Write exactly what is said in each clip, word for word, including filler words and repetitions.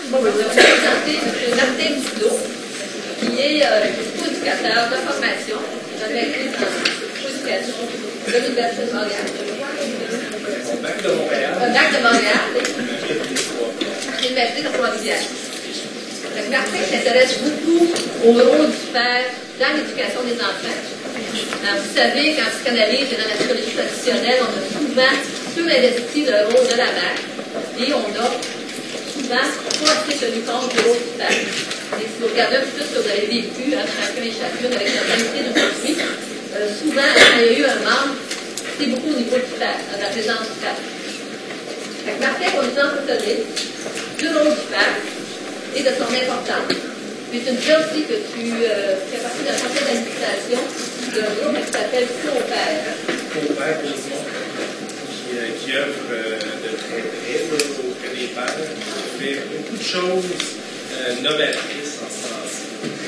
Bon, je vais vous présenter M. Martin Didot, qui est euh, co-éducateur de formation. J'avais été dans l'éducation de l'Université de Montréal. Au bac de Montréal. Au bac de Montréal. L'Université de Trois-Rivières. Martin s'intéresse beaucoup au rôle du père dans l'éducation des enfants. Alors, vous savez qu'en psychanalyse et dans la psychologie traditionnelle, on a souvent surinvesti le rôle de la mère et on a souvent pas assez tenu compte du rôle du père. Et si vous regardez un peu plus ce que vous avez vécu, hein, chacun et chacune avec la qualité d'aujourd'hui, euh, souvent, quand il y a eu un manque, c'est beaucoup au niveau du père, de la présence du père. Fait que Martin va nous entretenir du rôle du père et de son importance. Puis tu me dis aussi que tu euh, fais partie d'un conseil d'administration d'un groupe qui s'appelle Co-Père. Co-Père, justement, qui, euh, qui œuvre euh, de très près auprès des pères, qui fait beaucoup de choses euh, novatrices en ce sens-ci.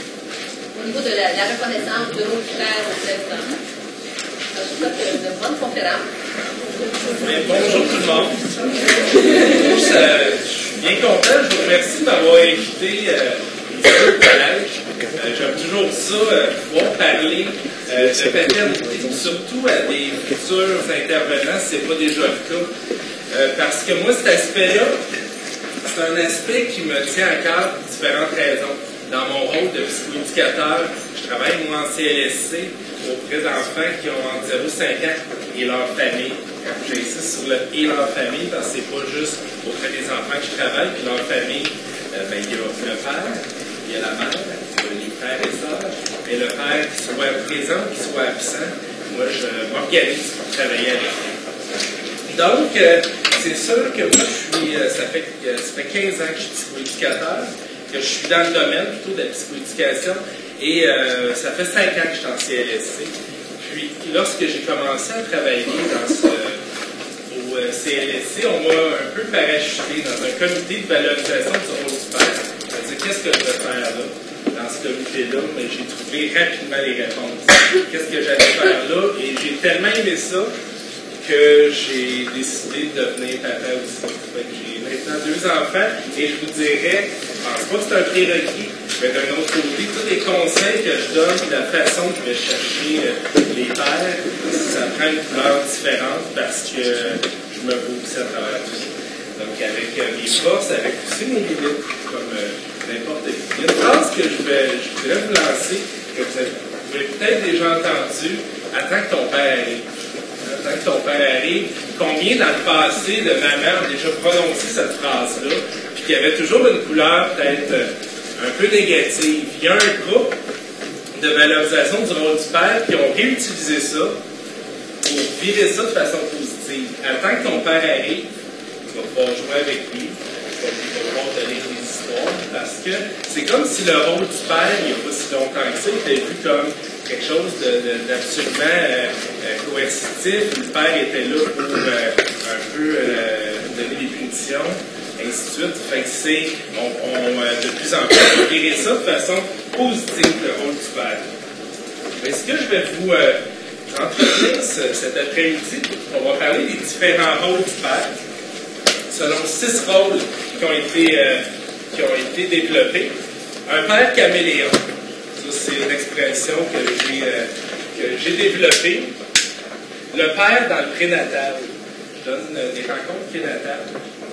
Au niveau de la, la reconnaissance de rôle du père au président. Je vous souhaite une bonne conférence. Mais bonjour tout le monde. je, je suis bien content. Je vous remercie de m'avoir invité euh, ici au collège. Euh, J'aime toujours ça, euh, pouvoir parler euh, de paternité, surtout à des futurs intervenants, si ce n'est pas déjà le cas. Euh, parce que moi, cet aspect-là, c'est un aspect qui me tient à cœur pour différentes raisons. Dans mon rôle de psychoéducateur, je travaille moi en C L S C auprès d'enfants qui ont entre zéro à cinq ans et leur famille. J'insiste sur le « et leur famille » parce que c'est pas juste auprès des enfants que je travaille, puis leur famille, euh, ben, il y a le père, il y a la mère, il y a les frères et sœurs, et le père qui soit présent, qui soit absent, moi je m'organise pour travailler avec eux. Donc, euh, c'est sûr que moi je suis, euh, ça, fait, euh, ça fait quinze ans que je suis psychoéducateur, que je suis dans le domaine plutôt de la psychoéducation, et euh, ça fait cinq ans que je suis en C L S C. Puis, lorsque j'ai commencé à travailler dans ce, au C L S C, on m'a un peu parachuté dans un comité de valorisation du rôle du père. C'est-à-dire, qu'est-ce que je vais faire là? Dans ce comité-là, mais j'ai trouvé rapidement les réponses. Qu'est-ce que j'allais faire là? Et j'ai tellement aimé ça que j'ai décidé de devenir papa aussi. J'ai maintenant deux enfants et je vous dirais, je ne pense pas que c'est un prérequis, mais d'un autre côté, tous les conseils que je donne, la façon que je vais chercher les pères, ça prend une couleur différente parce que je me vois aussi à travers tout ça. Donc, avec mes forces, avec aussi mes limites, comme n'importe qui. Il y a une phrase que je, vais, je voudrais vous lancer, que vous avez peut-être déjà entendu, attends que ton père arrive. Attends que ton père arrive. Combien dans le passé de maman ont déjà prononcé cette phrase-là, puis qu'il y avait toujours une couleur peut-être un peu négative. Il y a un groupe de valorisation du rôle du père qui ont réutilisé ça pour virer ça de façon positive. Attends que ton père arrive, tu vas pouvoir jouer avec lui, tu vas pouvoir donner des histoires, parce que c'est comme si le rôle du père, il n'y a pas si longtemps que ça, était vu comme quelque chose d'absolument euh, euh, coercitif. Le père était là pour euh, un peu euh, donner des punitions, ainsi de suite. Fait que c'est, on, on, euh, de plus en plus, virer ça de façon positive, le rôle du père. Mais ce que je vais vous euh, entretenir ce, cet après-midi, on va parler des différents rôles du père, selon six rôles qui ont été, euh, qui ont été développés. Un père caméléon. C'est une expression que j'ai euh, développée. Le père dans le prénatal. Je donne des rencontres prénatales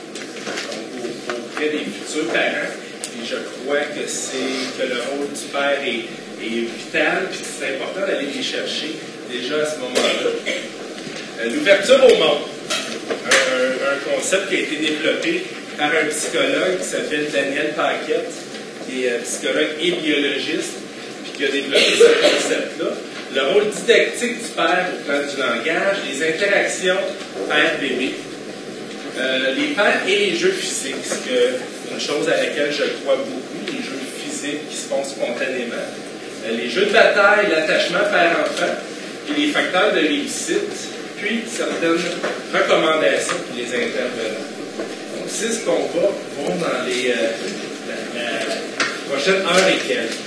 auprès des futurs parents. Et je crois que c'est que le rôle du père est, est vital, puis c'est important d'aller les chercher déjà à ce moment-là. Euh, L'ouverture au monde. Un, un concept qui a été développé par un psychologue qui s'appelle Daniel Paquette, qui est psychologue et biologiste, qui a développé ce concept-là. Le rôle didactique du père au plan du langage, les interactions père-bébé, euh, les pères et les jeux physiques, c'est une chose à laquelle je crois beaucoup, les jeux physiques qui se font spontanément, euh, les jeux de bataille, l'attachement père-enfant, et les facteurs de réussite, puis certaines recommandations pour les intervenants. Donc, c'est ce qu'on va voir dans les, euh, la, la prochaine heure et quelques.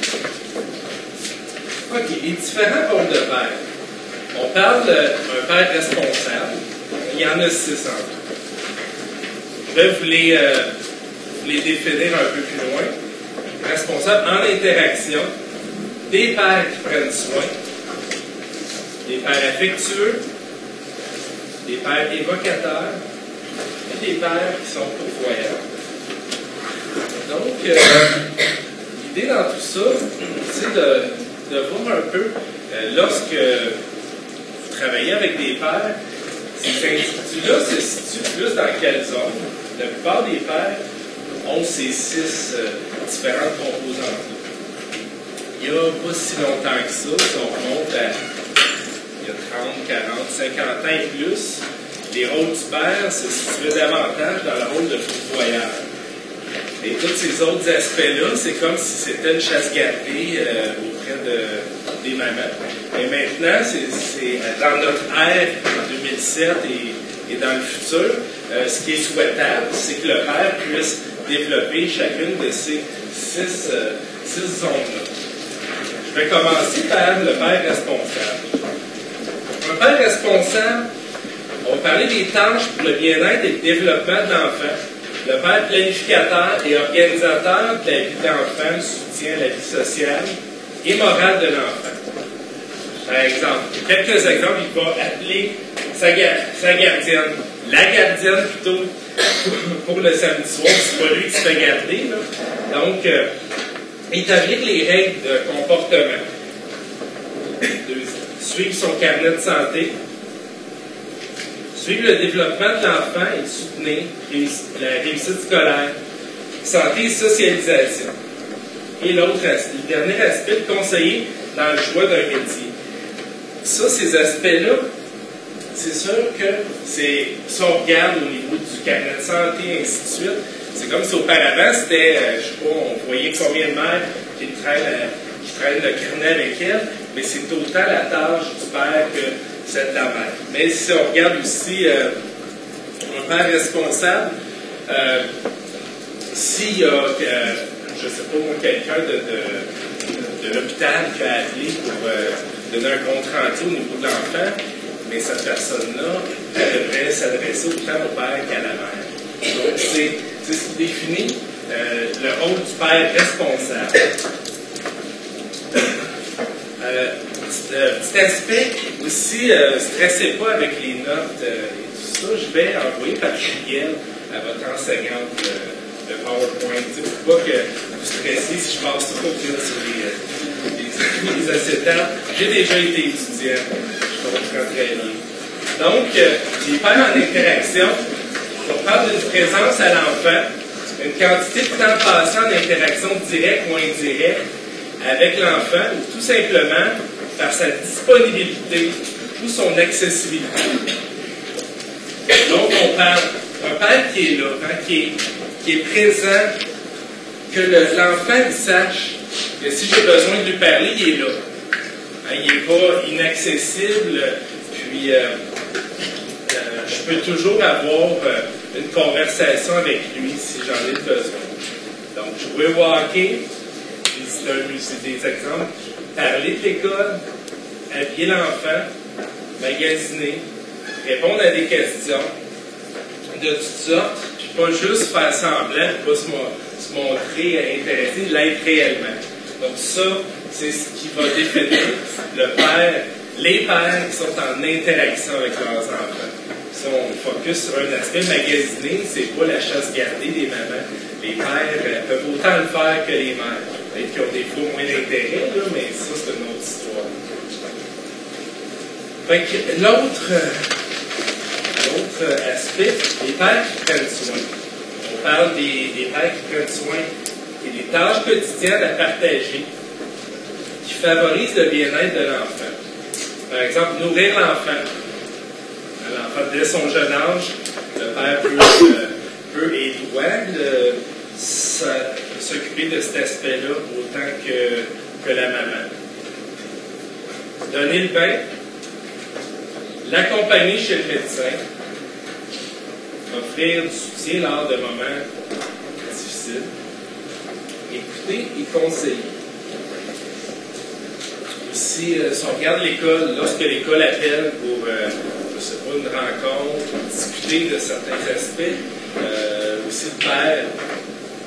OK, les différents rôles de père. On parle d'un père responsable. Il y en a six en tout. Je vais vous les, euh, vous les définir un peu plus loin. Responsables en interaction, des pères qui prennent soin, des pères affectueux, des pères évocateurs et des pères qui sont pourvoyeurs. Donc, euh, l'idée dans tout ça, c'est de, de voir un peu, euh, lorsque vous travaillez avec des pères, ces instituts-là se situent plus dans quelle zone? La plupart des pères ont ces six euh, différentes composantes. Il n'y a pas si longtemps que ça, si on remonte à il y a trente, quarante, cinquante ans et plus, les rôles du père se situaient davantage dans le rôle de pourvoyeur. Et tous ces autres aspects-là, c'est comme si c'était une chasse gardée euh, auprès de, des mamans. Et maintenant, c'est dans notre ère, en deux mille sept et, et dans le futur, euh, ce qui est souhaitable, c'est que le père puisse développer chacune de ces six, euh, six zones-là. Je vais commencer par le père responsable. Un père responsable, on va parler des tâches pour le bien-être et le développement de l'enfant. Le père planificateur et organisateur de la vie de l'enfant soutient la vie sociale et morale de l'enfant. Par exemple, quelques exemples, il va appeler sa, sa gardienne, la gardienne plutôt, pour le samedi soir, c'est pas lui qui se fait garder. Là. Donc, euh, établir les règles de comportement. Suivre son carnet de santé. Suivre le développement de l'enfant et soutenir la réussite scolaire, santé et socialisation. Et l'autre aspect, le dernier aspect, le conseiller dans le choix d'un métier. Ça, ces aspects-là, c'est sûr que c'est, si on regarde au niveau du carnet de santé et ainsi de suite, c'est comme si auparavant, c'était, euh, je sais pas, on voyait combien de mères qui traînent, euh, qui traînent le carnet avec elle, mais c'est autant la tâche du père que celle de la mère. Mais si on regarde aussi euh, un père responsable, euh, s'il y a, euh, je ne sais pas moi, quelqu'un de, de, de l'hôpital qui a appelé pour euh, donner un compte rendu au niveau de l'enfant, mais cette personne-là, elle devrait s'adresser autant au père qu'à la mère. Donc, c'est ce qui définit euh, le rôle du père responsable. Euh, petit, petit aspect aussi, euh, stressez pas avec les notes euh, et tout ça. Je vais envoyer par courriel à votre enseignante euh, le PowerPoint. Il ne faut pas que vous stressiez si je passe trop vite sur les, les, les acétates. J'ai déjà été étudiant, je comprends très bien. Donc, euh, les pères en interaction, on parle d'une présence à l'enfant, une quantité de temps passé en interaction directe ou indirecte avec l'enfant, ou tout simplement par sa disponibilité ou son accessibilité. Donc, on parle d'un père qui est là, hein, qui, est, qui est présent, que l'enfant le, sache que si j'ai besoin de lui parler, il est là. Hein, il n'est pas inaccessible, puis euh, euh, je peux toujours avoir euh, une conversation avec lui si j'en ai besoin. Donc, jouer au hockey, visiter un musée, des exemples, parler de l'école, habiller l'enfant, magasiner, répondre à des questions de toutes sortes, puis pas juste faire semblant, pas se, se montrer intéressé, l'être réellement. Donc ça, c'est ce qui va définir le père, les pères qui sont en interaction avec leurs enfants. Si on focus sur un aspect magasiner, c'est pas la chasse gardée des mamans. Les pères euh, peuvent autant le faire que les mères. Peut-être qu'ils ont des fois moins d'intérêt, là, mais ça, c'est une autre histoire. Fait que l'autre, l'autre aspect, les pères qui prennent soin. On parle des, des pères qui prennent soin et des tâches quotidiennes à partager qui favorisent le bien-être de l'enfant. Par exemple, nourrir l'enfant. L'enfant, dès son jeune âge, le père peut, euh, peut et doit de, s'occuper de cet aspect-là autant que, que la maman. Donner le bain, l'accompagner chez le médecin, offrir du soutien lors de moments difficiles, écouter et conseiller. Aussi, euh, si on regarde l'école, lorsque l'école appelle pour, euh, je ne sais pas, une rencontre, discuter de certains aspects, euh, aussi le père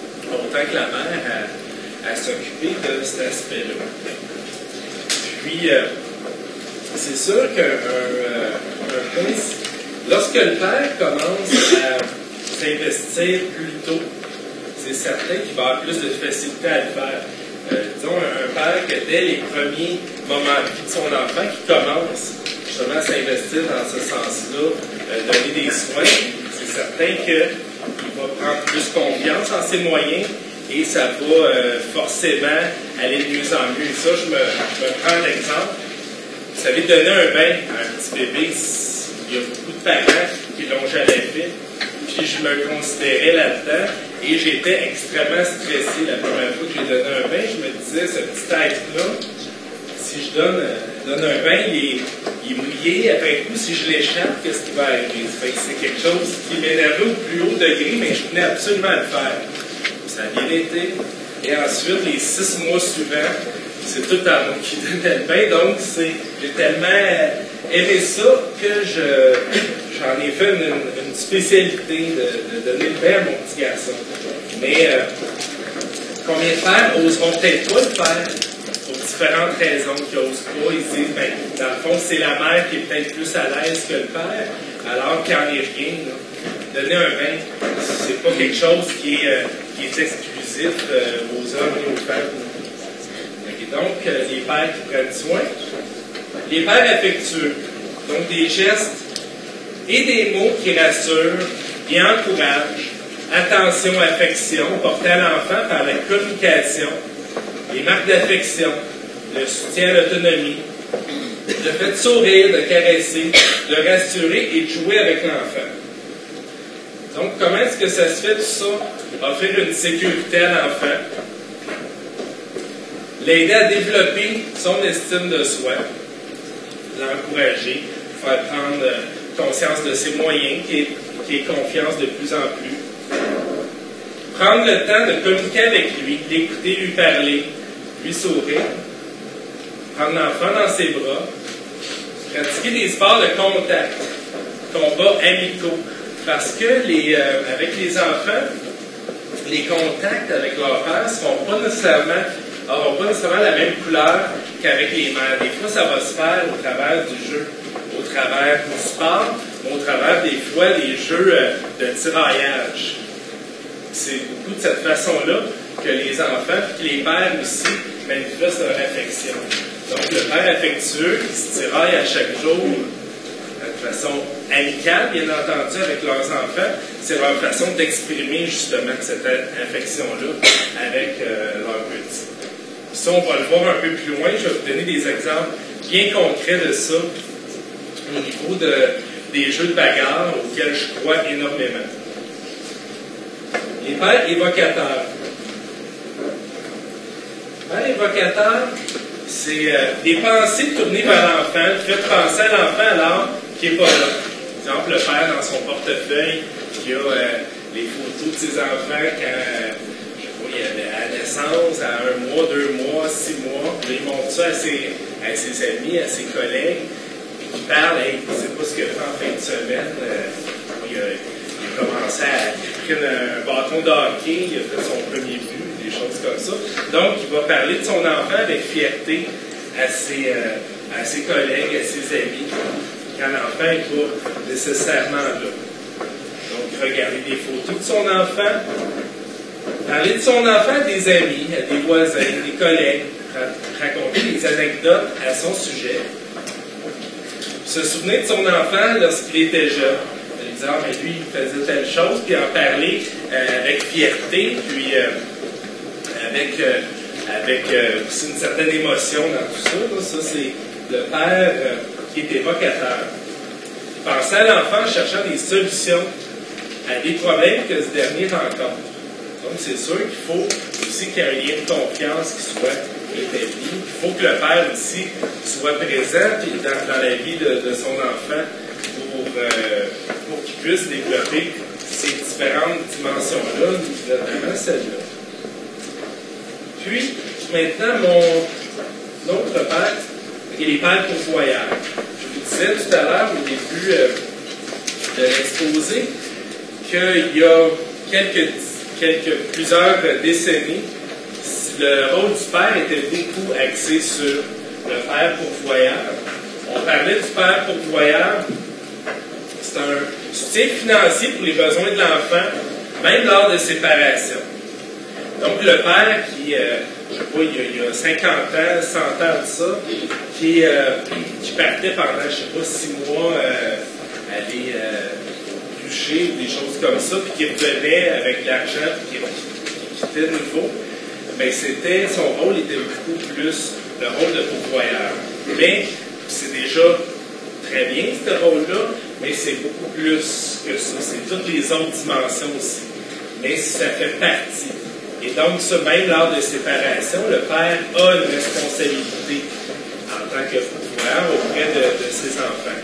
autant que la mère à, à s'occuper de cet aspect-là. Puis, euh, c'est sûr qu'un euh, un point, lorsque le père commence à s'investir plus tôt, c'est certain qu'il va avoir plus de facilité à le faire. Euh, disons, un, un père que dès les premiers moments de vie de son enfant, qui commence justement à s'investir dans ce sens-là, euh, donner des soins, c'est certain qu'il va prendre plus confiance en ses moyens et ça va euh, forcément aller de mieux en mieux. Et ça, je me, je me prends l'exemple. Vous savez, donner un bain à un petit bébé, il y a beaucoup de parents qui l'ont jamais fait. Puis je me considérais là-dedans et j'étais extrêmement stressé la première fois que j'ai donné un bain. Je me disais, ce petit être-là, si je donne, donne un bain, il est, il est mouillé. Après coup, si je l'échappe, qu'est-ce qui va arriver? Ça fait que c'est quelque chose qui m'énervait au plus haut degré, mais je tenais absolument à le faire. Ça a bien été. Et ensuite, les six mois suivants, c'est tout à moi qui donnait le bain. Donc, j'ai tellement aimé ça que je, j'en ai fait une, une spécialité de, de donner le bain à mon petit garçon. Mais euh, combien de pères oseront peut-être pas le faire pour différentes raisons qui n'osent pas? Ils disent, ben, dans le fond, c'est la mère qui est peut-être plus à l'aise que le père, alors qu'il n'en est rien. Là. Donner un bain, c'est pas quelque chose qui est, euh, qui est exclusif euh, aux hommes et aux femmes. Okay, donc, euh, les pères qui prennent soin. Les pères affectueux. Donc, des gestes et des mots qui rassurent et encouragent. Attention, affection, portée à l'enfant par la communication, les marques d'affection, le soutien à l'autonomie, le fait de sourire, de caresser, de rassurer et de jouer avec l'enfant. Donc, comment est-ce que ça se fait tout ça? Offrir une sécurité à l'enfant, l'aider à développer son estime de soi, l'encourager, faire prendre conscience de ses moyens, qu'il ait, ait confiance de plus en plus. Prendre le temps de communiquer avec lui, l'écouter, lui parler, lui sourire. Prendre l'enfant dans ses bras. Pratiquer des sports de contact, combats amicaux. Parce que les, euh, avec les enfants, les contacts avec leur père ne seront pas nécessairement, n'auront pas nécessairement la même couleur qu'avec les mères. Des fois, ça va se faire au travers du jeu, au travers du sport, au travers des fois des jeux euh, de tiraillage. C'est beaucoup de cette façon-là que les enfants, puis que les pères aussi, manifestent leur affection. Donc, le père affectueux qui se tiraille à chaque jour, de façon amicale, bien entendu, avec leurs enfants, c'est leur façon d'exprimer justement cette affection-là avec euh, leurs petits. Ça, on va le voir un peu plus loin. Je vais vous donner des exemples bien concrets de ça au niveau de, des jeux de bagarre auxquels je crois énormément. Les pères évocateurs. Les pères évocateurs, c'est euh, des pensées tournées vers l'enfant, qui fait penser à l'enfant alors qu'il n'est pas là. Par exemple, le père dans son portefeuille qui a euh, les photos de ses enfants quand euh, je sais pas, il y avait à la naissance, à un mois, deux mois, six mois. Là, il montre ça à ses, à ses amis, à ses collègues, et qui parle, hey, il ne sait pas ce qu'il a fait en fin de semaine. Euh, il, a, il a commencé à prendre un bâton de hockey, il a fait son premier but, des choses comme ça. Donc, il va parler de son enfant avec fierté à ses, euh, à ses collègues, à ses amis, quand l'enfant n'est pas nécessairement là. Donc, regarder des photos de son enfant, parler de son enfant à des amis, à des voisins, des collègues, raconter des anecdotes à son sujet, se souvenir de son enfant lorsqu'il était jeune. Lui dire, ah, mais lui, il faisait telle chose, puis en parler euh, avec fierté, puis euh, avec, euh, avec euh, aussi une certaine émotion dans tout ça. Là. Ça, c'est le père euh, qui est évocateur. Penser à l'enfant en cherchant des solutions à des problèmes que ce dernier rencontre. Donc, c'est sûr qu'il faut aussi qu'il y ait un lien de confiance qui soit établi. Il faut que le père aussi soit présent puis dans, dans la vie de, de son enfant pour, euh, pour qu'il puisse développer ces différentes dimensions-là, notamment celle-là. Puis, maintenant, mon autre père, et les pères pourvoyeurs. Je vous disais tout à l'heure, au début euh, de l'exposé, qu'il y a quelques, quelques, plusieurs décennies, le rôle du père était beaucoup axé sur le père pourvoyeur. On parlait du père pourvoyeur. C'est un soutien financier pour les besoins de l'enfant, même lors de séparation. Donc, le père qui, euh, je ne sais pas, il y, a, il y a cinquante ans, cent ans de ça, qui, euh, qui partait pendant, je ne sais pas, six mois euh, aller euh, bûcher, des choses comme ça, puis qui revenait avec l'argent, puis qui, qui quittait de nouveau, bien, c'était, son rôle était beaucoup plus le rôle de pourvoyeur. Mais, c'est déjà très bien, ce rôle-là, mais c'est beaucoup plus que ça. C'est toutes les autres dimensions aussi. Mais ça fait partie. Et donc, ça, même lors de séparation, le père a une responsabilité en tant que pourvoyeur auprès de, de ses enfants.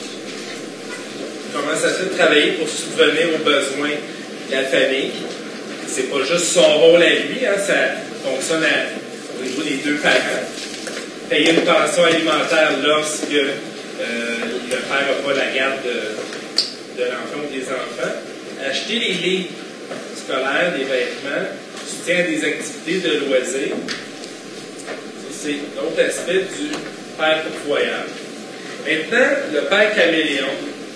Comment ça se fait de travailler pour subvenir aux besoins de la famille? C'est pas juste son rôle à lui, hein, ça fonctionne à, au niveau des deux parents. Payer une pension alimentaire lorsque euh, le père n'a pas la garde de, de l'enfant ou des enfants. Acheter les livres scolaires, des vêtements, soutien à des activités de loisirs. Ça, c'est l'autre aspect du père pourvoyeur. Maintenant, le père caméléon.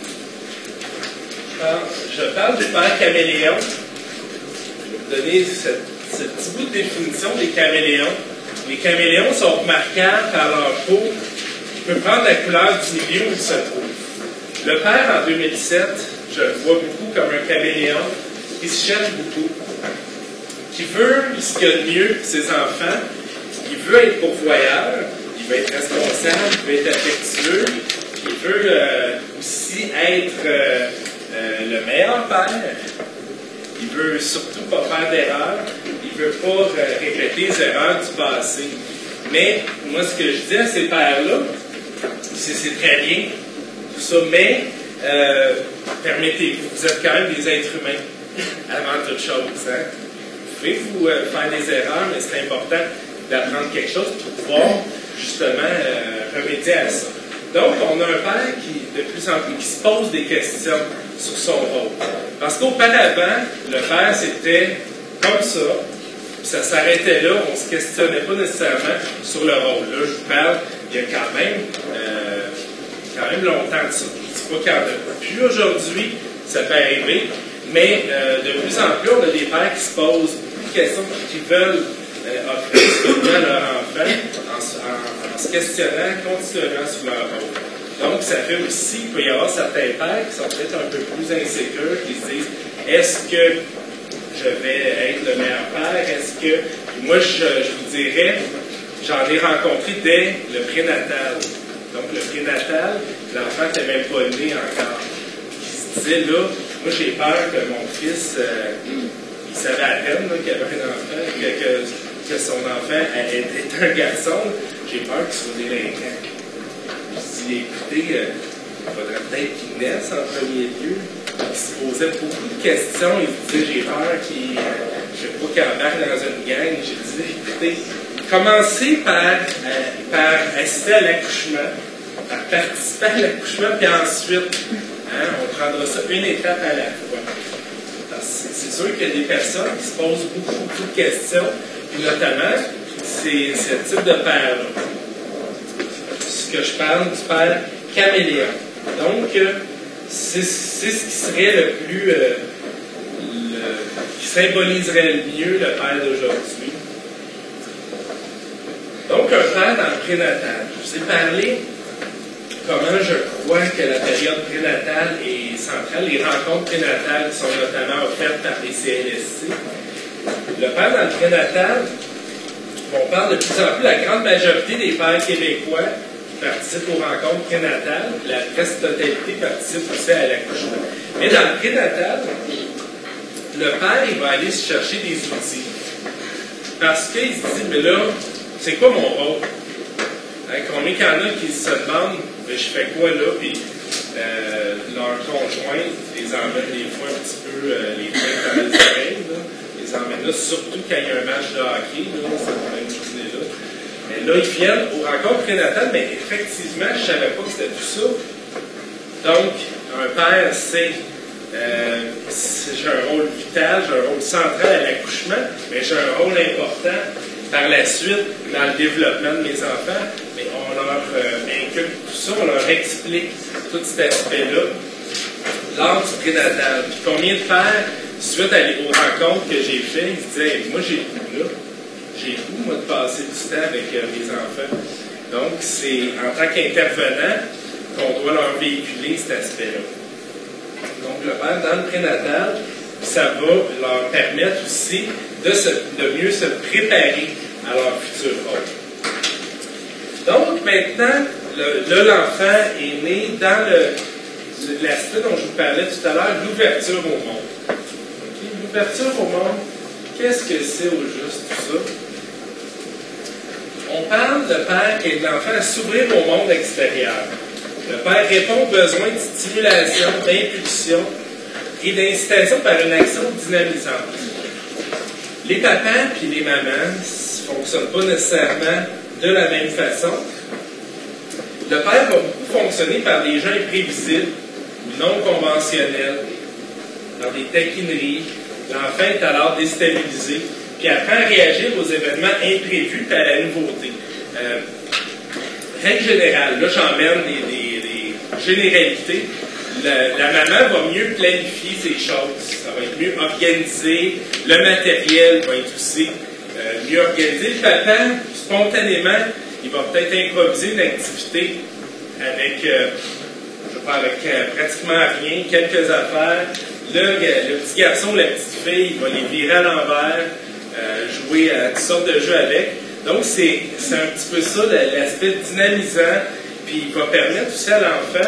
Je parle, je parle du père caméléon. Je vais vous donner cette, ce petit bout de définition des caméléons. Les caméléons sont remarquables par leur peau qui peut prendre la couleur du milieu où ils se trouvent. Le père, en deux mille sept, je le vois beaucoup comme un caméléon qui se cherche beaucoup, qui veut ce qu'il y a de mieux pour ses enfants, il veut être pourvoyeur, il veut être responsable, il veut être affectueux, il veut euh, aussi être euh, euh, le meilleur père. Il veut surtout pas faire d'erreurs. Il ne veut pas euh, répéter les erreurs du passé. Mais, moi, ce que je dis à ces pères-là, c'est c'est très bien, tout ça, mais euh, permettez-vous, vous êtes quand même des êtres humains, avant toute chose. Hein? Vous pouvez vous euh, faire des erreurs, mais c'est important d'apprendre quelque chose pour pouvoir, justement, euh, remédier à ça. Donc, on a un père qui, de plus en plus, qui se pose des questions sur son rôle. Parce qu'auparavant, le père, c'était comme ça, puis ça s'arrêtait là, on ne se questionnait pas nécessairement sur le rôle. Là, je vous parle, il y a quand même, euh, quand même longtemps de ça. Je ne dis pas qu'il n'y en a plus aujourd'hui, ça peut arriver, mais euh, de plus en plus, on a des pères qui se posent beaucoup de questions, qui veulent euh, offrir ce à leur enfant en, en, en se questionnant continuellement sur leur rôle. Donc, ça fait aussi qu'il peut y avoir certains pères qui sont peut-être un peu plus insécures, qui se disent, est-ce que je vais être le meilleur père? Est-ce que... Moi, je, je vous dirais, j'en ai rencontré dès le prénatal. Donc, le prénatal, l'enfant n'était même pas né encore. Il se disait, là, moi, j'ai peur que mon fils, euh, il savait à peine là, qu'il y avait un enfant, que, que, que son enfant est un garçon. J'ai peur qu'il soit délinquant. Je dis, écoutez, euh, il faudrait peut-être qu'il naisse en premier lieu. Il se posait beaucoup de questions. Il disait, j'ai peur qu'il, euh, je sais pas, qu'il embarque dans une gang. J'ai dit, écoutez, commencez par, euh, par assister à l'accouchement, par participer à l'accouchement, puis ensuite, hein, on prendra ça une étape à la fois. C'est, c'est sûr qu'il y a des personnes qui se posent beaucoup, beaucoup de questions, puis notamment, c'est ce type de père-là. Ce que je parle du père caméléon. Donc, euh, c'est, c'est ce qui serait le plus, euh, le, qui symboliserait le mieux le père d'aujourd'hui. Donc, un père dans le prénatal. Je vous ai parlé comment je crois que la période prénatale est centrale, les rencontres prénatales qui sont notamment offertes par les C L S C. Le père dans le prénatal, on parle de plus en plus, la grande majorité des pères québécois participent aux rencontres prénatales, la quasi-totalité participe aussi à l'accouchement. Mais dans le prénatal, le père, il va aller se chercher des outils. Parce qu'il se dit, mais là, c'est quoi mon rôle? Hein, combien qu'il y en a qui se demandent, mais je fais quoi là? Puis euh, leur conjoint les emmène des fois un petit peu euh, les points dans les oreilles, là. Les emmène là, surtout quand il y a un match de hockey, là, cette même journée-là. Mais là, ils viennent aux rencontres prénatales, mais effectivement, je ne savais pas que c'était tout ça. Donc, un père sait Euh, j'ai un rôle vital, j'ai un rôle central à l'accouchement, mais j'ai un rôle important par la suite dans le développement de mes enfants. Mais on leur euh, inculque tout ça, on leur explique tout cet aspect-là lors du prénatal. Puis combien de pères, suite à, aux rencontres que j'ai faites, ils se disaient hey, moi j'ai le goût là, j'ai le goût moi de passer du temps avec euh, mes enfants. Donc c'est en tant qu'intervenant qu'on doit leur véhiculer cet aspect-là. Donc, le père, dans le prénatal, ça va leur permettre aussi de, se, de mieux se préparer à leur futur rôle. Donc, maintenant, le, là, l'enfant est né dans le, l'aspect dont je vous parlais tout à l'heure, l'ouverture au monde. Okay? L'ouverture au monde, qu'est-ce que c'est au juste tout ça? On parle de père et de l'enfant à s'ouvrir au monde extérieur. Le père répond aux besoins de stimulation, d'impulsion et d'incitation par une action dynamisante. Les papas et les mamans ne fonctionnent pas nécessairement de la même façon. Le père va beaucoup fonctionner par des gens imprévisibles, non conventionnels, par des taquineries. L'enfant est alors déstabilisé, puis apprend à réagir aux événements imprévus et à la nouveauté. Euh, règle générale, là j'emmène des, des généralité, la, la maman va mieux planifier ses choses, ça va être mieux organisé, le matériel va être aussi euh, mieux organisé. Le papa, spontanément, il va peut-être improviser une activité avec, euh, je sais pas, avec euh, pratiquement rien, quelques affaires. Le, le petit garçon, la petite fille, il va les virer à l'envers, euh, jouer à toutes sortes de jeux avec. Donc, c'est un petit peu ça, l'aspect dynamisant. Puis il va permettre aussi à l'enfant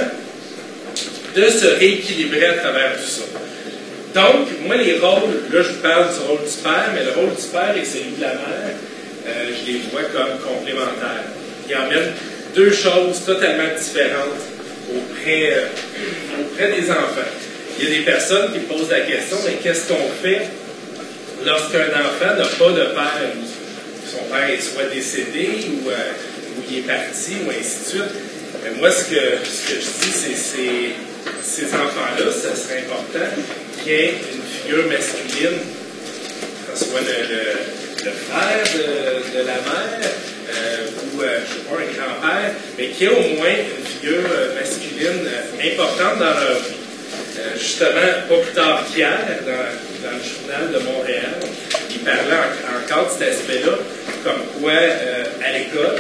de se rééquilibrer à travers tout ça. Donc, moi, les rôles, là, je vous parle du rôle du père, mais le rôle du père et celui de la mère, euh, je les vois comme complémentaires. Ils emmènent deux choses totalement différentes auprès, euh, auprès des enfants. Il y a des personnes qui posent la question, mais qu'est-ce qu'on fait lorsqu'un enfant n'a pas de père? Son père est soit décédé ou... Euh, où il est parti, ou ainsi de suite. Mais moi, ce que, ce que je dis, c'est que ces enfants-là, ça serait important qu'il y ait une figure masculine, que ce soit le, le, le frère de, de la mère, euh, ou, euh, je ne sais pas, un grand-père, mais qu'il y ait au moins une figure masculine importante dans leur vie. Euh, justement, pas plus tard qu'hier, dans, dans le journal de Montréal, il parlait en, encore de cet aspect-là, comme quoi, euh, à l'école,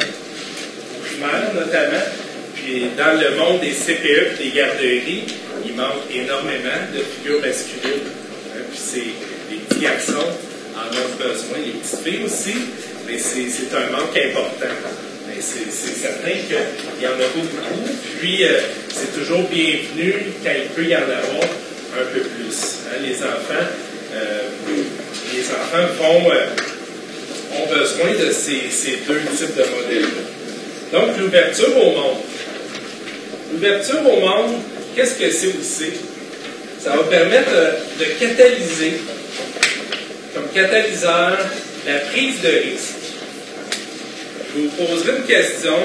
notamment, puis dans le monde des C P E et des garderies, il manque énormément de figures masculines. Hein, puis c'est les petits garçons en ont besoin, les petites filles aussi, mais c'est un manque important. Mais c'est certain qu'il y en a beaucoup, puis euh, c'est toujours bienvenu quand il peut y en avoir un peu plus. Hein, les enfants, euh, les enfants vont, euh, ont besoin de ces, ces deux types de modèles. Donc, l'ouverture au monde. L'ouverture au monde, qu'est-ce que c'est aussi? Ça va permettre de catalyser, comme catalyseur, la prise de risque. Je vous poserai une question,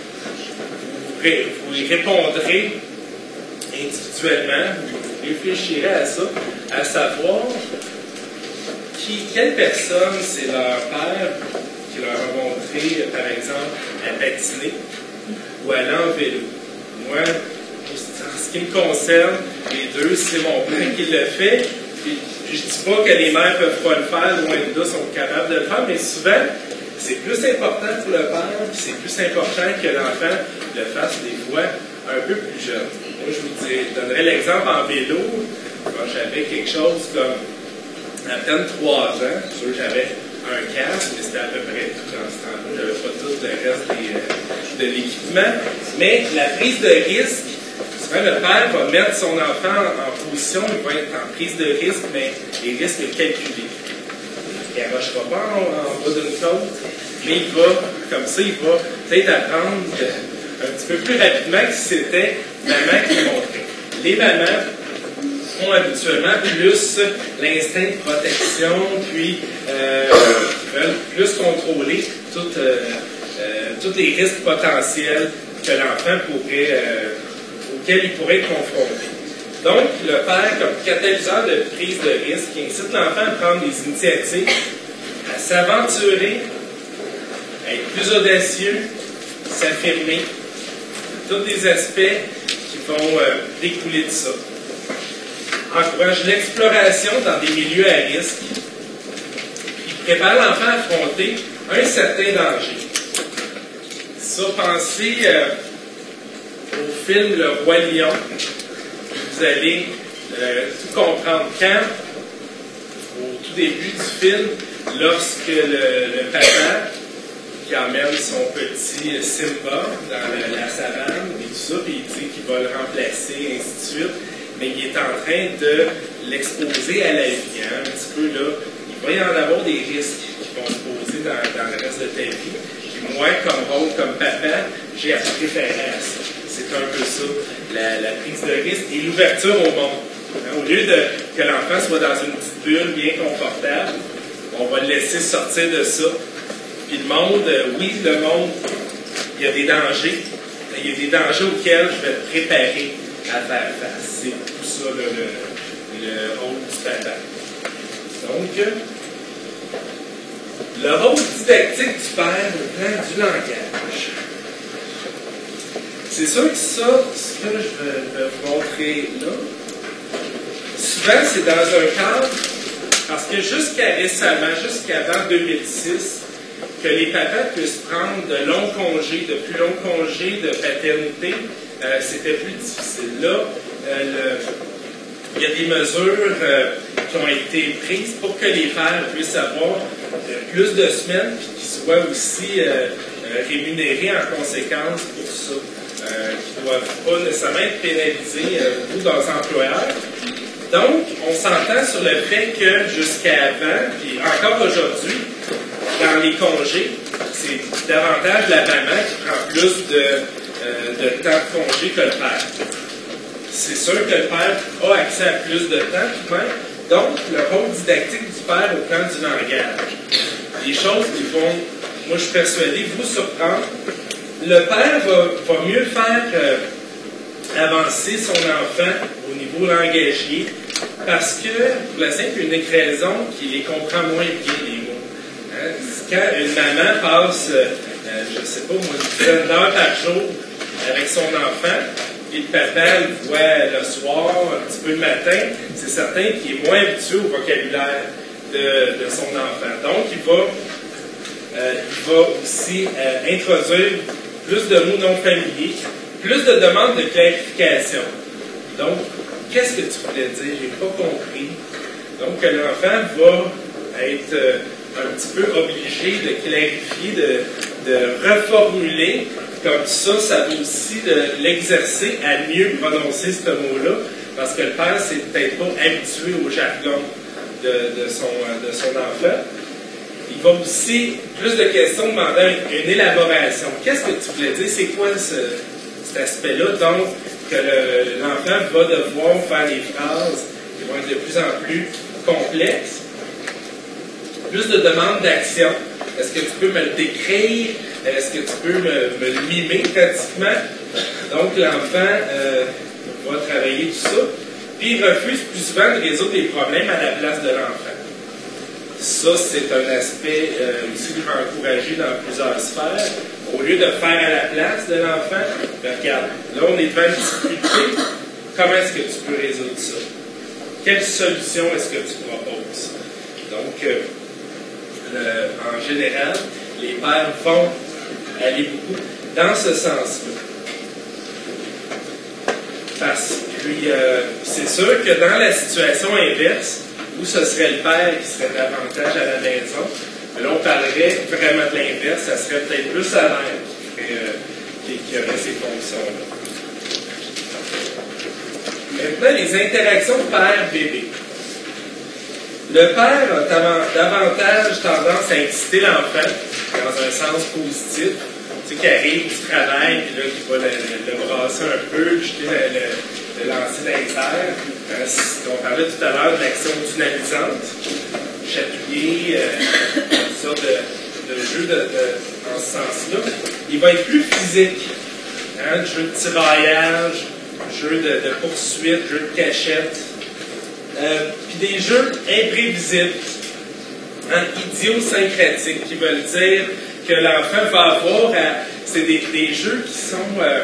vous y répondrez individuellement, vous réfléchirez à ça, à savoir qui, quelle personne c'est leur père qui leur a montré, par exemple, à patiner ou aller en vélo. Moi, en ce qui me concerne, les deux, c'est mon père qui le fait. Puis, je ne dis pas que les mères ne peuvent pas le faire, loin de là, sont capables de le faire, mais souvent, c'est plus important pour le père, puis c'est plus important que l'enfant le fasse des fois un peu plus jeune. Moi, je vous dis, je donnerais l'exemple en vélo, quand j'avais quelque chose comme à peine trois ans, je suis sûr que j'avais un casque, mais c'était à peu près tout dans ce temps-là. Je n'avais pas tout le reste des, euh, de l'équipement. Mais la prise de risque, souvent le père va mettre son enfant en, en position, il va être en prise de risque, mais les risques calculés. Il n'arrachera pas en, en bas d'une côte, mais il va, comme ça, il va peut-être apprendre euh, un petit peu plus rapidement que si c'était maman qui montrait. Les mamans ont habituellement plus l'instinct de protection, puis euh, veulent plus contrôler tout, euh, euh, tous les risques potentiels que l'enfant pourrait, euh, auxquels il pourrait être confronté. Donc, le père, comme catalyseur de prise de risque, qui incite l'enfant à prendre des initiatives, à s'aventurer, à être plus audacieux, s'affirmer, tous des aspects qui vont euh, découler de ça. Encourage l'exploration dans des milieux à risque, puis prépare l'enfant à affronter un certain danger. Ça, pensez euh, au film Le Roi Lion. Vous allez euh, tout comprendre. Quand, au tout début du film, lorsque le, le papa qui emmène son petit Simba dans la, la savane et tout ça, puis il dit qu'il va le remplacer, et ainsi de suite, mais il est en train de l'exposer à la vie, hein, un petit peu là. Il va y en avoir des risques qui vont se poser dans, dans le reste de ta vie. Puis moi, comme rôle, comme papa, j'ai à préférer à ça. C'est un peu ça, la, la prise de risque et l'ouverture au monde. Hein, au lieu de que l'enfant soit dans une petite bulle bien confortable, on va le laisser sortir de ça. Puis le monde, oui, le monde, il y a des dangers, mais il y a des dangers auxquels je vais te préparer à faire face. C'est tout ça le, le, le rôle du papa. Donc, le rôle didactique du père au plan du langage. C'est sûr que ça, ce que je vais, vais vous montrer là, souvent c'est dans un cadre, parce que jusqu'à récemment, jusqu'avant deux mille six, que les papas puissent prendre de longs congés, de plus longs congés de paternité, euh, c'était plus difficile. Là, euh, le, il y a des mesures euh, qui ont été prises pour que les pères puissent avoir euh, plus de semaines et qu'ils soient aussi euh, euh, rémunérés en conséquence pour ça. Euh, qui ne doivent pas nécessairement être pénalisés euh, pour leurs employeurs. Donc, on s'entend sur le fait que jusqu'à avant, puis encore aujourd'hui, dans les congés, c'est davantage la maman qui prend plus de, euh, de temps de congé que le père. C'est sûr que le père a accès à plus de temps tout de même. Donc, le rôle didactique du père au plan du langage. Des choses qui vont, moi je suis persuadé, vous surprendre. Le père va, va mieux faire euh, avancer son enfant au niveau langagier parce que, pour la simple et unique raison, qu'il les comprend moins bien, les mots. Hein? Quand une maman passe, euh, je ne sais pas, moi, une dizaine d'heures par jour avec son enfant, et le papa le voit le soir, un petit peu le matin, c'est certain qu'il est moins habitué au vocabulaire de, de son enfant. Donc, il va, euh, il va aussi euh, introduire plus de mots non familiers, plus de demandes de clarification. Donc, qu'est-ce que tu voulais dire? Je n'ai pas compris. Donc, l'enfant va être euh, un petit peu obligé de clarifier, de, de reformuler. Comme ça, ça va aussi l'exercer à mieux prononcer ce mot-là, parce que le père, c'est peut-être pas habitué au jargon de, de, son, de son enfant. Il va aussi, plus de questions demandant une élaboration. Qu'est-ce que tu voulais dire? C'est quoi ce, cet aspect-là? Donc, que l'enfant va devoir faire des phrases qui vont être de plus en plus complexes. Plus de demandes d'action. Est-ce que tu peux me le décrire? Est-ce que tu peux me, me le mimer pratiquement? Donc, l'enfant euh, va travailler tout ça. Puis, il refuse plus souvent de résoudre des problèmes à la place de l'enfant. Ça, c'est un aspect euh, aussi qui va encourager dans plusieurs sphères. Au lieu de faire à la place de l'enfant, ben regarde, là, on est devant une difficulté. Comment est-ce que tu peux résoudre ça? Quelle solution est-ce que tu proposes? Donc, euh, le, en général, les pères vont aller beaucoup dans ce sens-là. Parce que euh, c'est sûr que dans la situation inverse, où ce serait le père qui serait davantage à la maison, là on parlerait vraiment de l'inverse, ça serait peut-être plus à l'air qui, euh, qui, qui aurait ces fonctions-là. Maintenant, les interactions père-bébé. Le père a davantage tendance à exciter l'enfant dans un sens positif. Tu sais, qui arrive du travail, puis là, qui va le, le, le brasser un peu, jeter le, le, le lancer dans les airs. Euh, on parlait tout à l'heure de l'action dynamisante, chatouiller, euh, une sorte de, de jeu de, de, en ce sens-là. Il va être plus physique. Hein, le jeu de tiraillage, jeux de, de poursuite, jeux de cachette, euh, puis des jeux imprévisibles, hein, idiosyncratiques, qui veulent dire que l'enfant va avoir à, c'est des, des jeux qui sont, euh,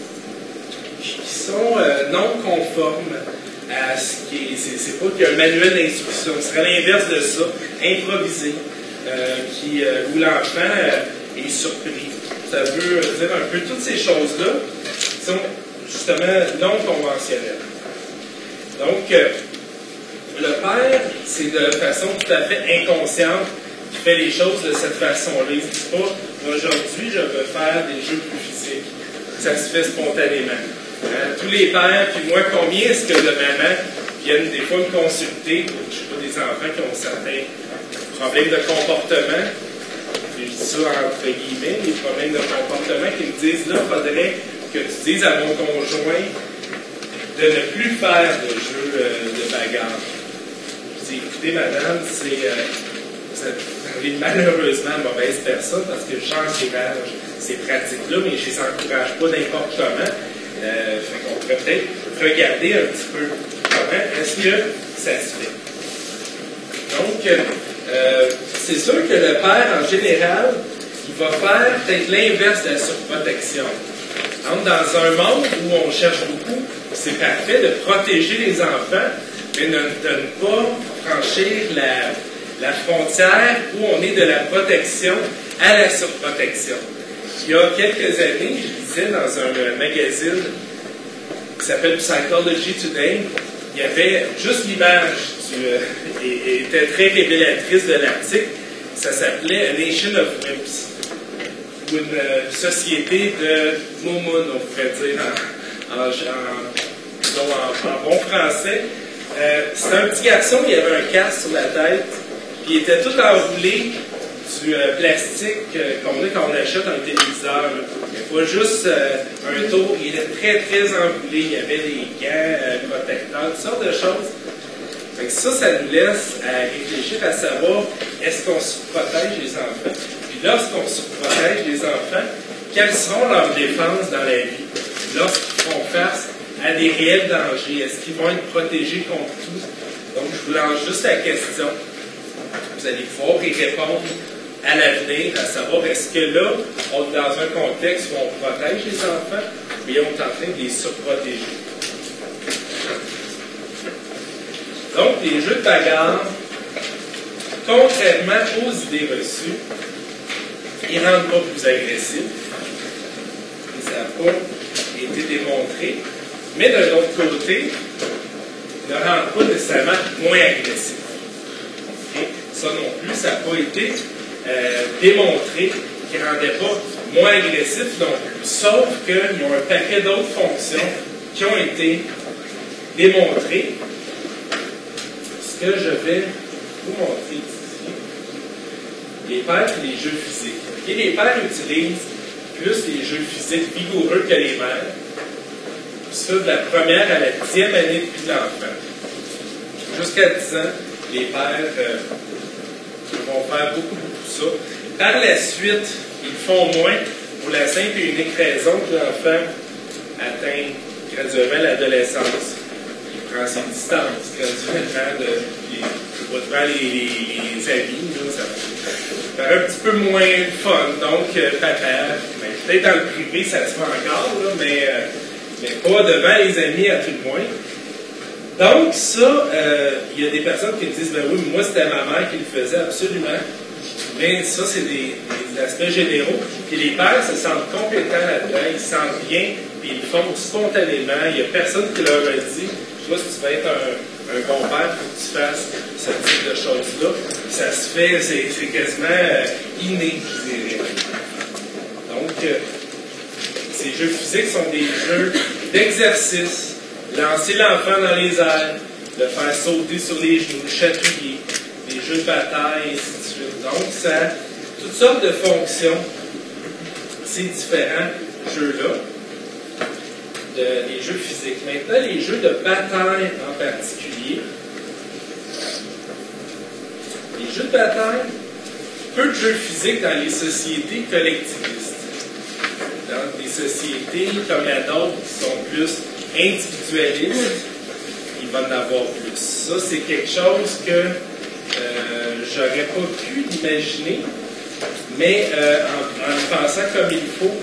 qui sont euh, non conformes à ce qui est, c'est, c'est pas qu'il y a un manuel d'instruction, ce serait l'inverse de ça, improvisé, euh, qui, euh, où l'enfant euh, est surpris. Ça veut dire un peu toutes ces choses-là qui sont justement non conventionnelles. Donc, euh, le père, c'est de façon tout à fait inconsciente qui fait les choses de cette façon-là. Il ne dit pas, aujourd'hui, je veux faire des jeux plus physiques. Ça se fait spontanément. Hein? Tous les pères, puis moi, combien est-ce que de mamans viennent des fois me consulter, je ne sais pas, des enfants qui ont certains problèmes de comportement, je dis ça entre guillemets, les problèmes de comportement, qui me disent, là, il faudrait que tu dises à mon conjoint de ne plus faire de jeux euh, de bagarre. Je dis, écoutez, madame, c'est, euh, vous êtes malheureusement une mauvaise personne parce que j'encourage ces pratiques-là, mais je ne les encourage pas n'importe comment. Euh, fait qu'on pourrait peut-être regarder un petit peu comment est-ce que ça se fait. Donc, euh, c'est sûr que le père, en général, il va faire peut-être l'inverse de la surprotection. Donc, dans un monde où on cherche beaucoup, c'est parfait de protéger les enfants, mais de, de ne pas franchir la, la frontière où on est de la protection à la surprotection. Il y a quelques années, je lisais dans un magazine qui s'appelle Psychology Today, il y avait juste l'image du, euh, et, et était très révélatrice de l'article. Ça s'appelait A Nation of Wimps, ou une euh, société de moumounes, on pourrait dire en, en, en, en, en bon français. Euh, C'était un petit garçon, il avait un casque sur la tête, puis il était tout enroulé du euh, plastique euh, qu'on a quand on achète un téléviseur. Il n'y a pas juste euh, un tour, il était très très enroulé, il y avait des gants euh, protecteurs, toutes sortes de choses. Fait que ça, ça nous laisse à réfléchir à savoir est-ce qu'on se protège les enfants? Puis lorsqu'on se protège les enfants, quelles seront leurs défenses dans la vie? Lorsqu'ils font face à des réels dangers, est-ce qu'ils vont être protégés contre tout? Donc, je vous lance juste la question. Vous allez pouvoir y répondre à l'avenir, à savoir est-ce que là, on est dans un contexte où on protège les enfants, mais on est en train de les surprotéger. Donc, les jeux de bagarre, contrairement aux idées reçues, ils ne rendent pas plus agressifs. Et ça n'a pas été démontré. Mais de l'autre côté, ils ne rendent pas nécessairement moins agressifs. Okay? Ça non plus, ça n'a pas été euh, démontré qu'ils ne rendaient pas moins agressifs non plus. Sauf qu'ils ont un paquet d'autres fonctions qui ont été démontrées. Ce que je vais vous montrer ici, les pères et les jeux physiques. Okay? Les pères utilisent plus les jeux physiques vigoureux que les mères. Ça, de la première à la dixième année de vie de l'enfant. Jusqu'à dix ans, les pères euh, vont faire beaucoup, beaucoup ça. Par la suite, ils font moins pour la simple et unique raison que l'enfant atteint graduellement l'adolescence. Il prend ses distances graduellement de, puis, devant les, les, les amis. Là, ça paraît un petit peu moins fun. Donc, euh, papa, peut-être dans le privé, ça se fait encore, là, mais... Euh, mais pas devant les amis à tout le moins. Donc, ça, euh, il y a des personnes qui me disent, ben oui, moi, c'était ma mère qui le faisait absolument. Mais ça, c'est des, des aspects généraux. Puis les pères se sentent compétents là-dedans, ils se sentent bien, puis ils le font spontanément. Il n'y a personne qui leur a dit, toi, si tu vas être un, un bon père, il faut que tu fasses ce type de choses-là. Ça se fait, c'est, c'est quasiment euh, inné, je dirais. Donc, euh, ces jeux physiques sont des jeux d'exercice. Lancer l'enfant dans les airs, le faire sauter sur les genoux, chatouiller, des jeux de bataille, et ainsi de suite. Donc, ça a toutes sortes de fonctions, ces différents jeux-là, de, les jeux physiques. Maintenant, les jeux de bataille en particulier. Les jeux de bataille, peu de jeux physiques dans les sociétés collectivistes. Dans des sociétés comme la nôtre qui sont plus individualiste, il va en avoir plus. Ça, c'est quelque chose que euh, j'aurais pas pu imaginer, mais euh, en, en le pensant comme il faut,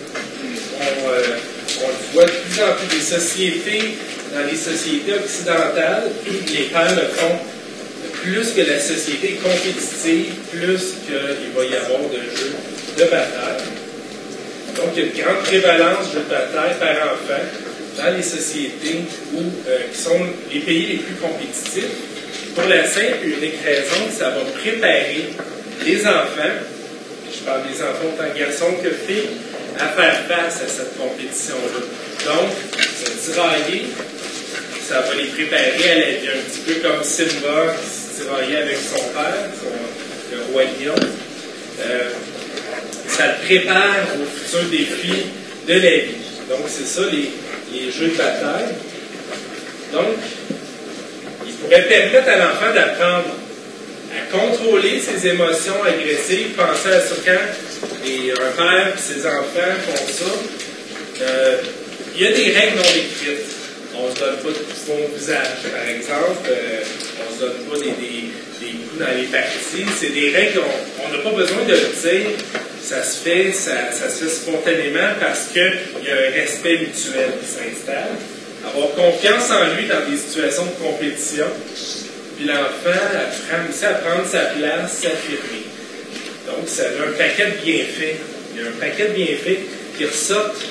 on, euh, on le voit de plus en plus. Les sociétés, dans les sociétés occidentales, les pères ne font plus que la société est compétitive, plus qu'il va y avoir de jeux de bataille. Donc, il y a une grande prévalence de jeux de bataille par enfant dans les sociétés où, euh, qui sont les pays les plus compétitifs, pour la simple et unique raison que ça va préparer les enfants, je parle des enfants autant garçons que filles, à faire face à cette compétition-là. Donc, se tirailler, ça va les préparer à la vie, un petit peu comme Simba qui se tiraillait avec son père, son, le roi lion. Euh, ça le prépare aux futurs défis de la vie. Donc, c'est ça, les, les jeux de bataille. Donc, il pourrait permettre à l'enfant d'apprendre à contrôler ses émotions agressives, penser à ça quand et un père et ses enfants font ça. Euh, il y a des règles non écrites. On ne se donne pas de coups au visage, par exemple. Euh, on ne se donne pas des, des, des coups dans les parties. C'est des règles, on n'a pas besoin de le dire. Ça se fait, ça, ça se fait spontanément parce qu'il y a un respect mutuel qui s'installe. Avoir confiance en lui dans des situations de compétition. Puis l'enfant apprend aussi à prendre sa place, s'affirmer. Donc, ça a un paquet de bienfaits. Il y a un paquet de bienfaits qui ressortent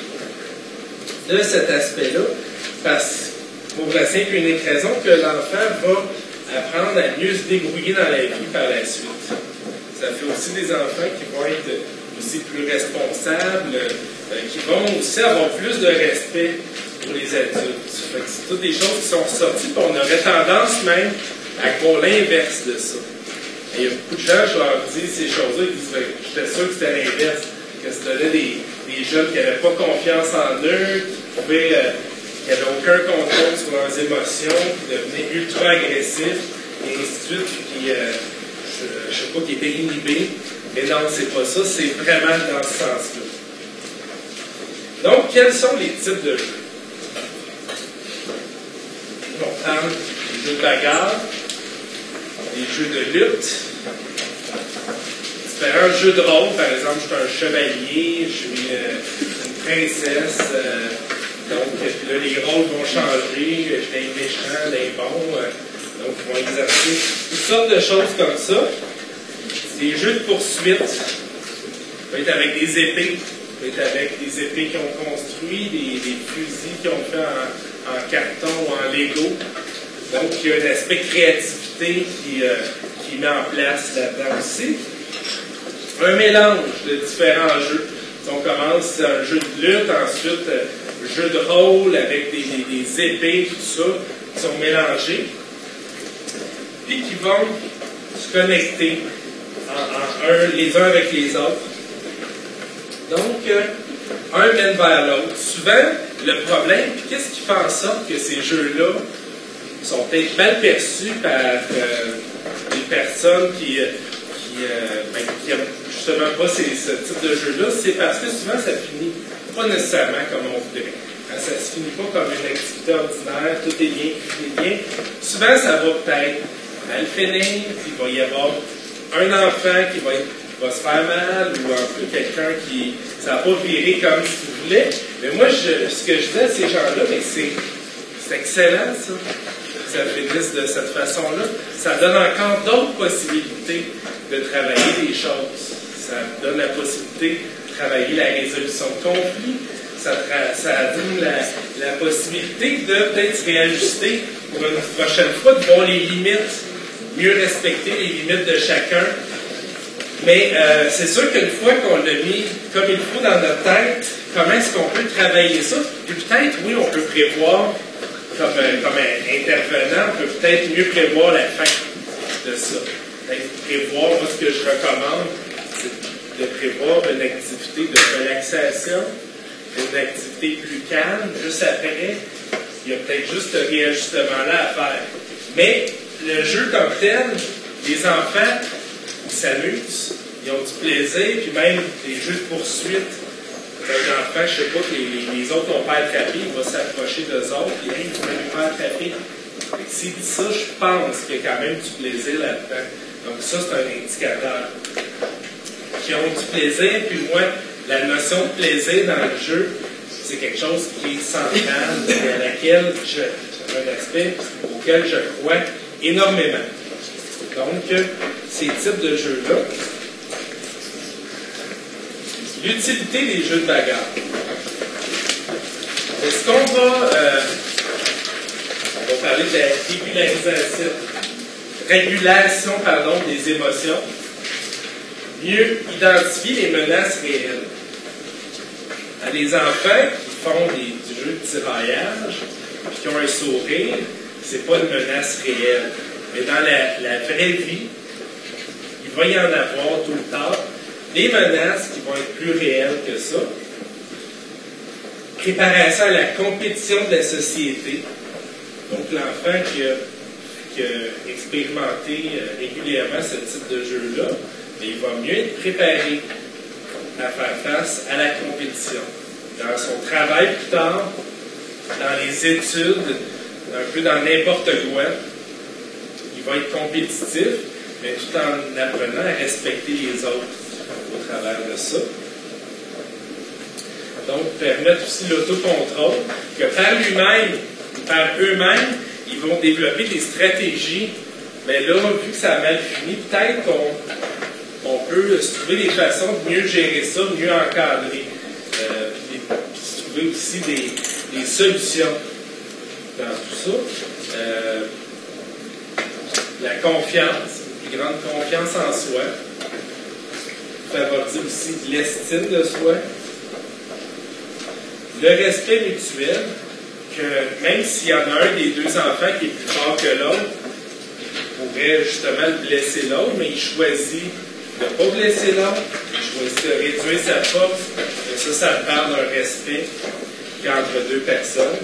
de cet aspect-là, parce pour la simple et unique raison que l'enfant va apprendre à mieux se débrouiller dans la vie par la suite. Ça fait aussi des enfants qui vont être aussi plus responsables, euh, qui vont aussi avoir plus de respect pour les adultes. C'est toutes des choses qui sont ressorties, puis on aurait tendance même à croire l'inverse de ça. Et il y a beaucoup de gens, je leur dis ces choses-là, ils disent, j'étais sûr que c'était l'inverse, que c'était des, des jeunes qui n'avaient pas confiance en eux, qui pouvaient, euh, qui n'avaient aucun contrôle sur leurs émotions, qui devenaient ultra agressifs, et ainsi de suite, qui, euh, je ne sais pas, qui étaient inhibés. Mais non, c'est pas ça, c'est vraiment dans ce sens-là. Donc, quels sont les types de jeux? On parle des jeux de bagarre, des jeux de lutte, différents jeux de rôle. Par exemple, je suis un chevalier, je suis euh, une princesse, euh, donc là, les rôles vont changer, je suis un méchant, un bon, euh, donc ils vont exercer toutes sortes de choses comme ça. Des jeux de poursuite, ça peut être avec des épées, ça peut être avec des épées qui ont construit, des, des fusils qui ont fait en, en carton ou en Lego. Donc, il y a un aspect créativité qui, euh, qui met en place là-dedans aussi. Un mélange de différents jeux. Si on commence un jeu de lutte, ensuite un jeu de rôle avec des, des, des épées, tout ça, qui sont mélangés, puis qui vont se connecter en, en un, les uns avec les autres. Donc, euh, un mène vers l'autre. Souvent, le problème, puis qu'est-ce qui fait en sorte que ces jeux-là sont peut-être mal perçus par euh, des personnes qui, qui, euh, ben, qui n'aiment justement pas ces, ce type de jeu-là, c'est parce que souvent ça finit pas nécessairement comme on voudrait. Hein, ça ne se finit pas comme une activité ordinaire, tout est bien, tout est bien. Souvent ça va peut-être mal finir, il va y avoir un enfant qui va, être, va se faire mal, ou un peu quelqu'un qui ça va pas virer comme tu voulais. Mais moi, je, ce que je dis à ces gens-là, mais c'est, c'est excellent ça. Ça finisse de cette façon-là, ça donne encore d'autres possibilités de travailler des choses. Ça donne la possibilité de travailler la résolution de conflits. Ça, ça donne la, la possibilité de peut-être se réajuster pour une prochaine fois, de voir les limites, mieux respecter les limites de chacun. Mais euh, c'est sûr qu'une fois qu'on l'a mis comme il faut dans notre tête, comment est-ce qu'on peut travailler ça? Puis peut-être, oui, on peut prévoir. Comme, comme intervenant, on peut peut-être mieux prévoir la fin de ça. Peut-être prévoir, moi, ce que je recommande, c'est de prévoir une activité de relaxation, une activité plus calme. Juste après, il y a peut-être juste ce réajustement-là à faire. Mais le jeu comme tel, les enfants, ils s'amusent, ils ont du plaisir, puis même des jeux de poursuite, un enfant, je ne sais pas, que les, les autres n'ont pas attrapé, il va s'approcher d'eux autres, et hey, vous n'avez pas attrapé. S'il dit ça, je pense qu'il y a quand même du plaisir là-dedans. Donc ça, c'est un indicateur. Qui ont du plaisir, puis moi, la notion de plaisir dans le jeu, c'est quelque chose qui est central, et à laquelle je, un aspect auquel je crois énormément. Donc, ces types de jeux-là. L'utilité des jeux de bagarre. Est-ce qu'on va, euh, on va parler de la régularisation, régulation pardon, des émotions, mieux identifier les menaces réelles. À des enfants qui font des, du jeu de tiraillage, puis qui ont un sourire, c'est pas une menace réelle. Mais dans la, la vraie vie, il va y en avoir tout le temps des menaces qui vont être plus réelles que ça. Préparation à la compétition de la société. Donc, l'enfant qui a, qui a expérimenté euh, régulièrement ce type de jeu-là, il va mieux être préparé à faire face à la compétition. Dans son travail plus tard, dans les études, un peu dans n'importe quoi, il va être compétitif, mais tout en apprenant à respecter les autres au travers de ça. Donc, permettre aussi l'autocontrôle, que par lui-même, par eux-mêmes, ils vont développer des stratégies. Mais là, vu que ça a mal fini, peut-être qu'on on peut se trouver des façons de mieux gérer ça, mieux encadrer. Euh, puis, puis se trouver aussi des, des solutions dans tout ça. Euh, la confiance, une plus grande confiance en soi, favoriser aussi l'estime de soi, le respect mutuel, que même s'il y en a un des deux enfants qui est plus fort que l'autre, il pourrait justement le blesser l'autre, mais il choisit de ne pas blesser l'autre, il choisit de réduire sa force, et ça, ça parle d'un respect entre deux personnes.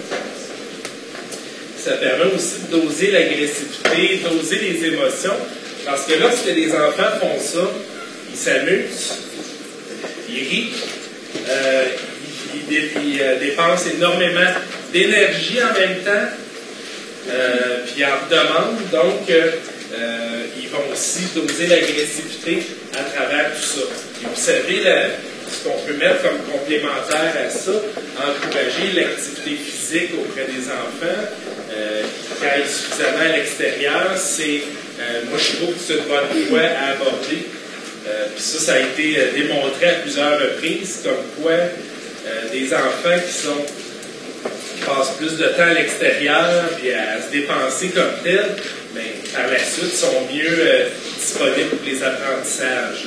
Ça permet aussi de doser l'agressivité, doser les émotions, parce que lorsque les enfants font ça, ils s'amusent, ils rient, euh, ils, ils, ils euh, dépensent énormément d'énergie en même temps, euh, puis ils en demandent, donc euh, ils vont aussi doser l'agressivité à travers tout ça. Et vous savez, la, ce qu'on peut mettre comme complémentaire à ça, encourager l'activité physique auprès des enfants, euh, qui aillent suffisamment à l'extérieur, c'est, euh, moi je trouve que c'est une bonne voie à aborder. Euh, puis ça, ça a été euh, démontré à plusieurs reprises, comme quoi euh, des enfants qui sont qui passent plus de temps à l'extérieur puis à se dépenser comme tel, mais par la suite sont mieux euh, disponibles pour les apprentissages.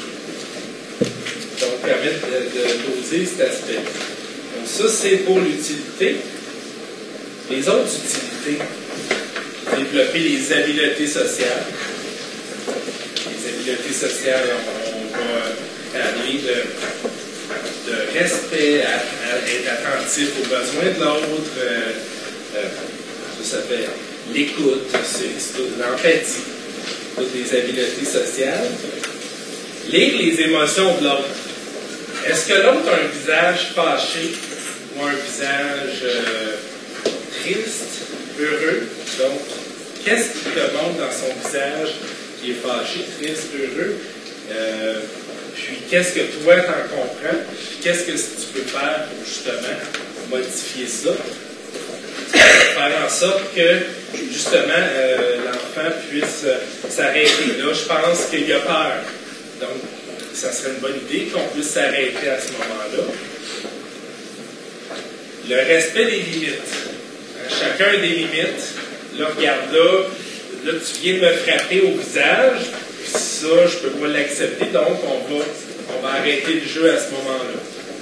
Donc, permettre de, de doser cet aspect. Donc, ça, c'est pour l'utilité. Les autres utilités, développer les habiletés sociales. Les habiletés sociales, on, on va parler de, de respect, à, à être attentif aux besoins de l'autre. Euh, euh, ça s'appelle l'écoute, c'est l'empathie, toutes les habiletés sociales. Lire les émotions de l'autre. Est-ce que l'autre a un visage fâché ou un visage euh, triste, heureux? Donc, qu'est-ce qui te montre dans son visage qui est fâché, triste, heureux? Euh, puis, qu'est-ce que toi t'en comprends? Puis, qu'est-ce que tu peux faire pour justement modifier ça? Faire en sorte que, justement, euh, l'enfant puisse euh, s'arrêter là. Je pense qu'il a peur. Donc, ça serait une bonne idée qu'on puisse s'arrêter à ce moment-là. Le respect des limites. Chacun a des limites. Là, regarde là, là, tu viens de me frapper au visage, puis ça, je ne peux pas l'accepter, donc on va, on va arrêter le jeu à ce moment-là.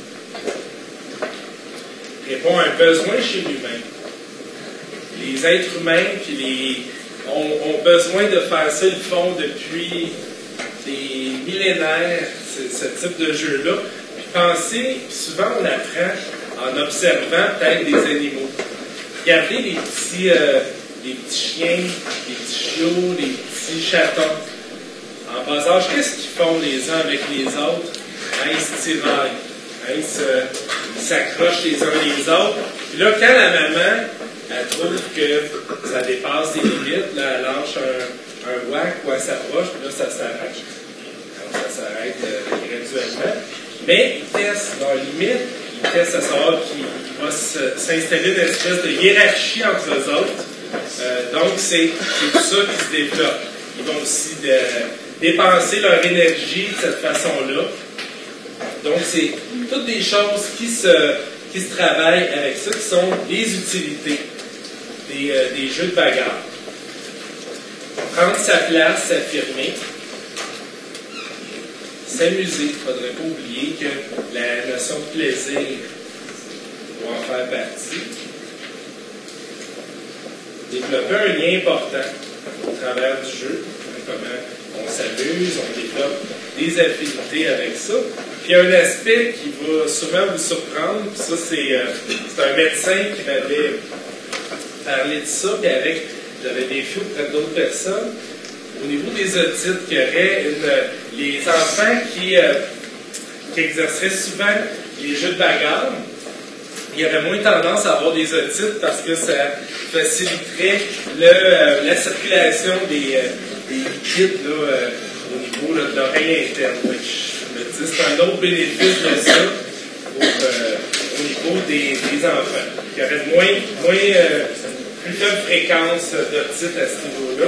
Répond à un besoin chez l'humain. Les êtres humains puis les, ont, ont besoin de faire ça, ils le font depuis des millénaires, ce type de jeu-là. Puis pensez, souvent on apprend en observant peut-être des animaux. Regardez les petits, euh, les petits chiens, les petits chiots, les petits chatons. En bas âge, qu'est-ce qu'ils font les uns avec les autres? Hein, ils se tiraillent. Hein, ils se, ils s'accrochent les uns les autres. Puis là, quand la maman, elle trouve que ça dépasse les limites, là, elle lâche un, un whack ou elle s'approche, puis là, ça s'arrête. Ça s'arrête euh, graduellement. Mais ils testent leurs limites, ils testent à savoir qu'il va se, s'installer une espèce de hiérarchie entre eux autres. Euh, donc, c'est, c'est tout ça qui se développe. Ils vont aussi de, dépenser leur énergie de cette façon-là. Donc, c'est toutes des choses qui se, qui se travaillent avec ça, qui sont des utilités des, euh, des jeux de bagarre. Prendre sa place, s'affirmer. S'amuser. Il ne faudrait pas oublier que la notion de plaisir doit en faire partie. Développer un lien important au travers du jeu. Comment on s'amuse, on développe des affinités avec ça. Puis il y a un aspect qui va souvent vous surprendre. Puis ça, c'est, euh, c'est un médecin qui m'avait parlé de ça. Puis avec, j'avais défié auprès d'autres personnes. Au niveau des otites, qu'il y aurait une, les enfants qui, euh, qui exerceraient souvent les jeux de bagarre, il y aurait moins tendance à avoir des otites parce que ça faciliterait le, euh, la circulation des, euh, des liquides là, euh, au niveau là, de l'oreille interne. Donc, je me dis c'est un autre bénéfice de ça pour, euh, au niveau des, des enfants. Il y aurait moins, moins euh, plus faible fréquence d'otites à ce niveau-là.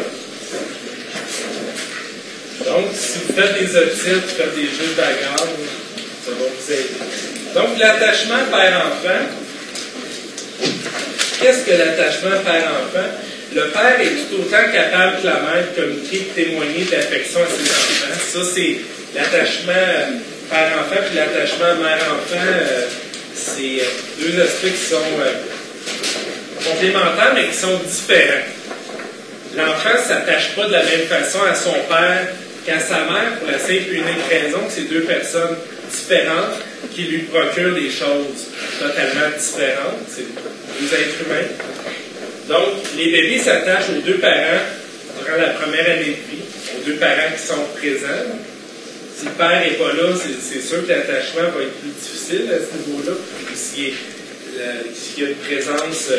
Donc, si vous faites des otites, vous faites des jeux de bagarre, ça va vous aider. Donc, l'attachement père-enfant. Qu'est-ce que l'attachement père-enfant? Le père est tout autant capable que la mère de communiquer, de témoigner de l'affection à ses enfants. Ça, c'est l'attachement père-enfant, puis l'attachement mère-enfant. Euh, c'est deux aspects qui sont euh, complémentaires, mais qui sont différents. L'enfant ne s'attache pas de la même façon à son père qu'à sa mère, pour la simple et unique raison que c'est deux personnes différentes qui lui procurent des choses totalement différentes. C'est deux êtres humains. Donc, les bébés s'attachent aux deux parents durant la première année de vie, aux deux parents qui sont présents. Si le père n'est pas là, c'est, c'est sûr que l'attachement va être plus difficile à ce niveau-là, ou s'il, s'il y a une présence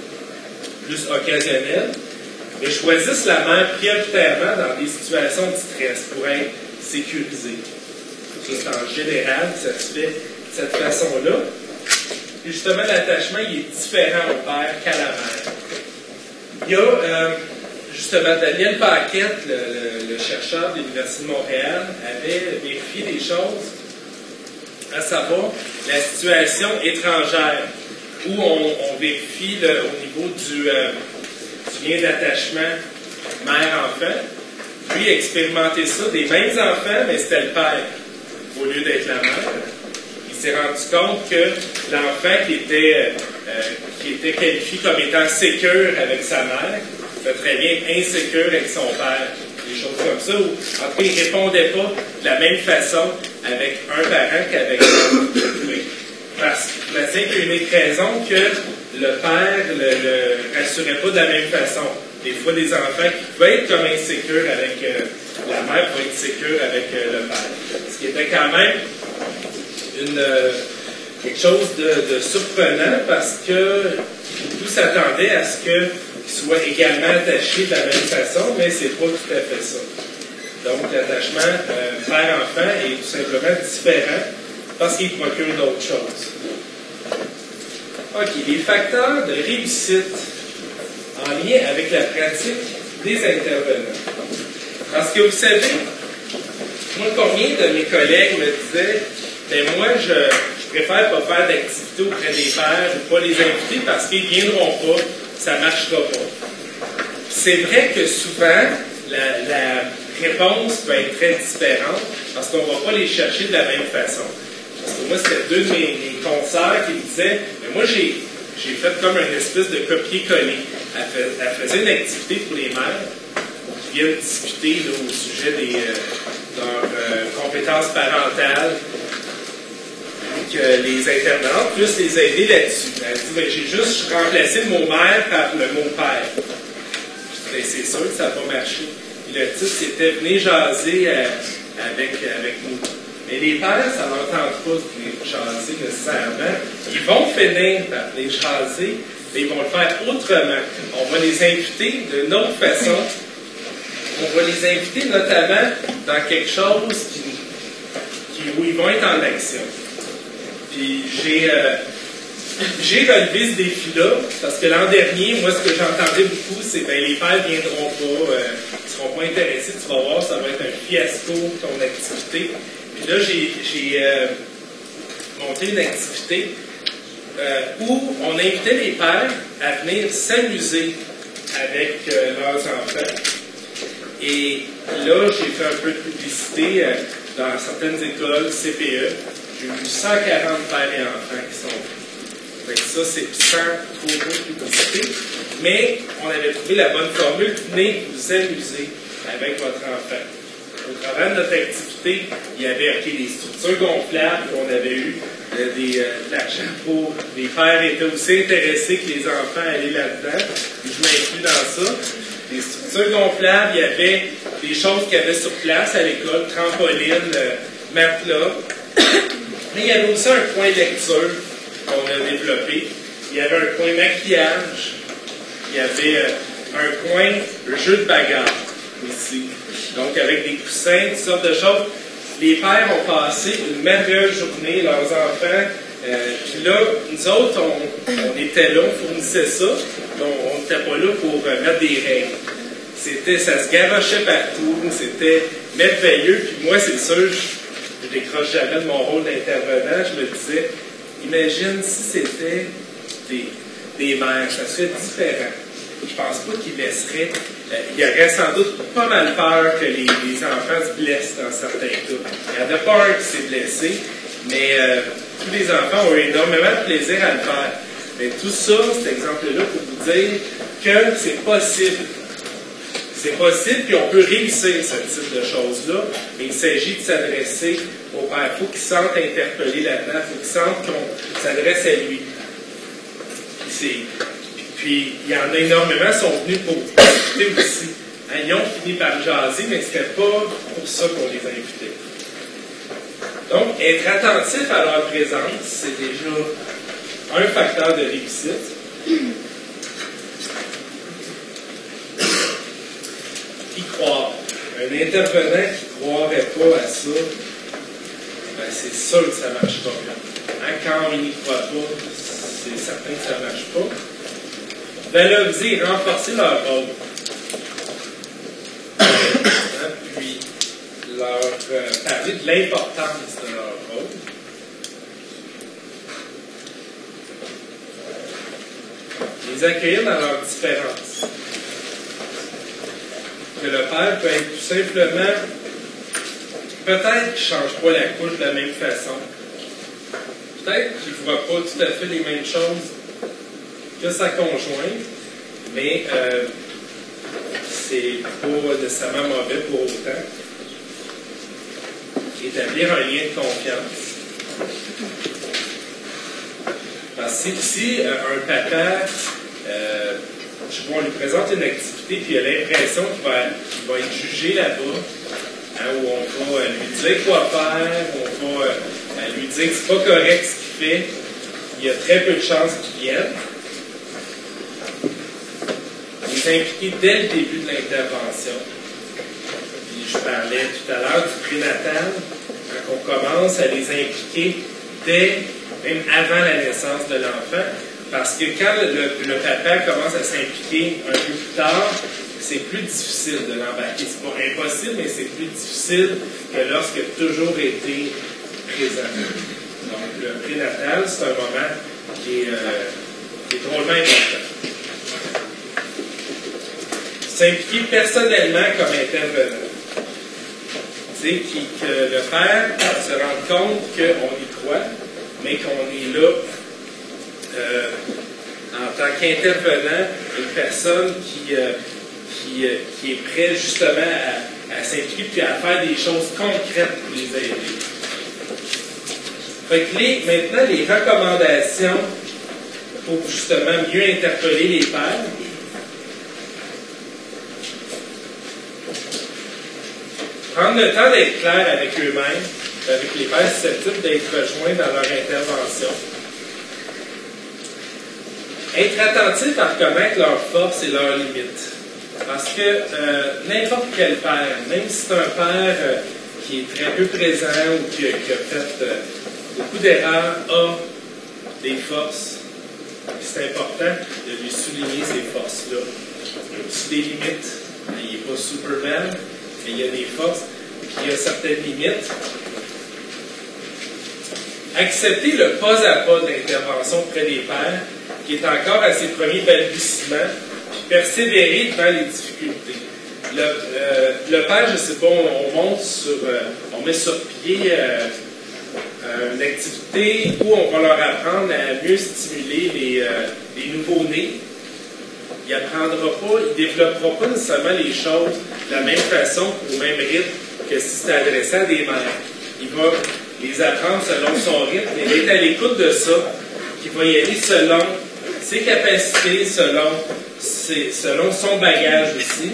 plus occasionnelle. Mais choisissent la mère prioritairement dans des situations de stress pour être sécurisée. Ça, c'est en général, ça se fait de cette façon-là. Et justement, l'attachement, il est différent au père qu'à la mère. Il y a, euh, justement, Daniel Paquette, le, le, le chercheur de l'Université de Montréal, avait vérifié des choses, à savoir la situation étrangère, où on, on vérifie le, au niveau du... Euh, du lien d'attachement mère-enfant. Lui, a expérimenté ça des mêmes enfants, mais c'était le père au lieu d'être la mère. Il s'est rendu compte que l'enfant qui était, euh, qui était qualifié comme étant sécure avec sa mère était très bien insécure avec son père. Des choses comme ça. Où, en tout cas, il ne répondait pas de la même façon avec un parent qu'avec l'autre. Parce que la simple et unique raison que le père ne le, le rassurait pas de la même façon. Des fois, des enfants qui pouvaient être comme insécures avec euh, la mère pouvaient être sécures avec euh, le père. Ce qui était quand même une, euh, quelque chose de, de surprenant parce que tout s'attendait à ce qu'ils soient également attachés de la même façon, mais c'est pas tout à fait ça. Donc, l'attachement euh, père-enfant est tout simplement différent parce qu'il procure d'autres choses. OK, les facteurs de réussite en lien avec la pratique des intervenants. Parce que vous savez, moi, combien de mes collègues me disaient, ben moi, je, je préfère pas faire d'activité auprès des pères ou pas les inviter parce qu'ils ne viendront pas, ça ne marchera pas. C'est vrai que souvent, la, la réponse peut être très différente parce qu'on ne va pas les chercher de la même façon. Parce que moi, c'était deux de mes, mes consoeurs qui me disaient, mais moi, j'ai, j'ai fait comme une espèce de copier-coller. Elle, fait, elle faisait une activité pour les mères qui viennent discuter là, au sujet de euh, leurs euh, compétences parentales, que les intervenantes puissent les aider là-dessus. Elle dit, ben, j'ai juste remplacé le mot mère par le mot père. Je dis, ben, c'est sûr que ça va marcher. Et le titre, c'était « Venez jaser euh, avec, avec nous ». Mais les pères, ça ne leur tente pas de venir jaser nécessairement. Ils vont finir par venir jaser, mais ils vont le faire autrement. On va les inviter d'une autre façon. On va les inviter notamment dans quelque chose qui, qui, où ils vont être en action. Puis j'ai euh, j'ai relevé ce défi-là, parce que l'an dernier, moi, ce que j'entendais beaucoup, c'est que ben, les pères ne viendront pas, euh, ils ne seront pas intéressés, tu vas voir, ça va être un fiasco, ton activité. Puis là, j'ai euh, monté une activité euh, où on invitait les pères à venir s'amuser avec euh, leurs enfants. Et là, j'ai fait un peu de publicité euh, dans certaines écoles C P E. J'ai eu cent quarante pères et enfants qui sont venus. Donc ça, c'est sans trop de publicité. Mais on avait trouvé la bonne formule. Venez vous amuser avec votre enfant. Au travers de notre activité, il y avait okay, des structures gonflables qu'on avait eu, euh, des, euh, de l'argent pour. Les pères étaient aussi intéressés que les enfants allaient là-dedans. Je m'inclus dans ça. Des structures gonflables, il y avait des choses qu'il y avait sur place à l'école, trampoline, euh, matelas. Mais il y avait aussi un coin lecture qu'on a développé. Il y avait un coin maquillage. Il y avait euh, un coin jeu de bagarre aussi. Donc, avec des coussins, toutes sortes de choses. Les pères ont passé une merveilleuse journée, leurs enfants. Euh, puis là, nous autres, on, on était là, on fournissait ça. On n'était pas là pour euh, mettre des règles. C'était, ça se garochait partout, c'était merveilleux. Puis moi, c'est sûr, je ne décroche jamais de mon rôle d'intervenant. Je me disais, imagine si c'était des, des mères, ça serait différent. Je pense pas qu'ils laisseraient. Euh, il y aurait sans doute pas mal peur que les, les enfants se blessent dans certains cas. Il y en a pas un qui s'est blessé, mais euh, tous les enfants ont eu énormément de plaisir à le faire. Mais tout ça, cet exemple-là, pour vous dire que c'est possible. C'est possible, puis on peut réussir ce type de choses-là, mais il s'agit de s'adresser au père. Il faut qu'il se sente interpellé là-dedans, il faut qu'il sente qu'on s'adresse à lui. Puis, puis, il y en a énormément qui sont venus pour discuter aussi. Hein, ils ont fini par jaser, mais ce n'était pas pour ça qu'on les a invités. Donc, être attentif à leur présence, c'est déjà un facteur de réussite. Y croire. Un intervenant qui ne croirait pas à ça, ben c'est sûr que ça ne marche pas. Hein, quand il n'y croit pas, c'est certain que ça ne marche pas. Valoriser et renforcer leur rôle. Hein, puis, leur euh, parler de l'importance de leur rôle. Les accueillir dans leur différence. Que le père peut être tout simplement, peut-être qu'il ne change pas la couche de la même façon. Peut-être qu'il ne voit pas tout à fait les mêmes choses que sa conjointe, mais euh, c'est pas nécessairement mauvais pour autant. Établir un lien de confiance. Parce que si euh, un papa, euh, je sais pas, on lui présente une activité puis il a l'impression qu'il va, qu'il va être jugé là-bas, hein, où on va euh, lui dire quoi faire, on va euh, lui dire que c'est pas correct ce qu'il fait, il y a très peu de chances qu'il vienne. Il est impliqué dès le début de l'intervention. Puis je parlais tout à l'heure du prénatal, quand on commence à les impliquer dès, même avant la naissance de l'enfant, parce que quand le, le papa commence à s'impliquer un peu plus tard, c'est plus difficile de l'embarquer. C'est pas impossible, mais c'est plus difficile que lorsqu'il a toujours été présent. Donc, le prénatal, c'est un moment qui est, euh, qui est drôlement important. S'impliquer personnellement comme intervenant. Tu sais, que le père se rende compte qu'on y croit, mais qu'on est là euh, en tant qu'intervenant, une personne qui, euh, qui, euh, qui est prête justement à, à s'impliquer puis à faire des choses concrètes pour les aider. Fait que les, maintenant, les recommandations pour justement mieux interpeller les pères. Prendre le temps d'être clair avec eux-mêmes. avec les pères susceptibles d'être rejoints dans leur intervention. Être attentif à reconnaître leurs forces et leurs limites. Parce que euh, n'importe quel père, même si c'est un père euh, qui est très peu présent ou qui, qui a fait euh, beaucoup d'erreurs, a des forces. C'est important de lui souligner ces forces-là. Il y a aussi des limites. Il n'est pas Superman, mais il y a des forces, puis il y a certaines limites. Accepter le pas à pas d'intervention auprès des pères, qui est encore à ses premiers balbutiements, puis persévérer devant les difficultés. Le, euh, le père, je ne sais pas, on, on monte sur, euh, on met sur pied euh, une activité où on va leur apprendre à mieux stimuler les, euh, les nouveaux-nés. Il n'apprendra pas, il ne développera pas nécessairement les choses de la même façon, au même rythme que si c'était adressé à des mères. Il va les apprendre selon son rythme, il va être à l'écoute de ça, il va y aller selon ses capacités, selon, ses, selon son bagage aussi.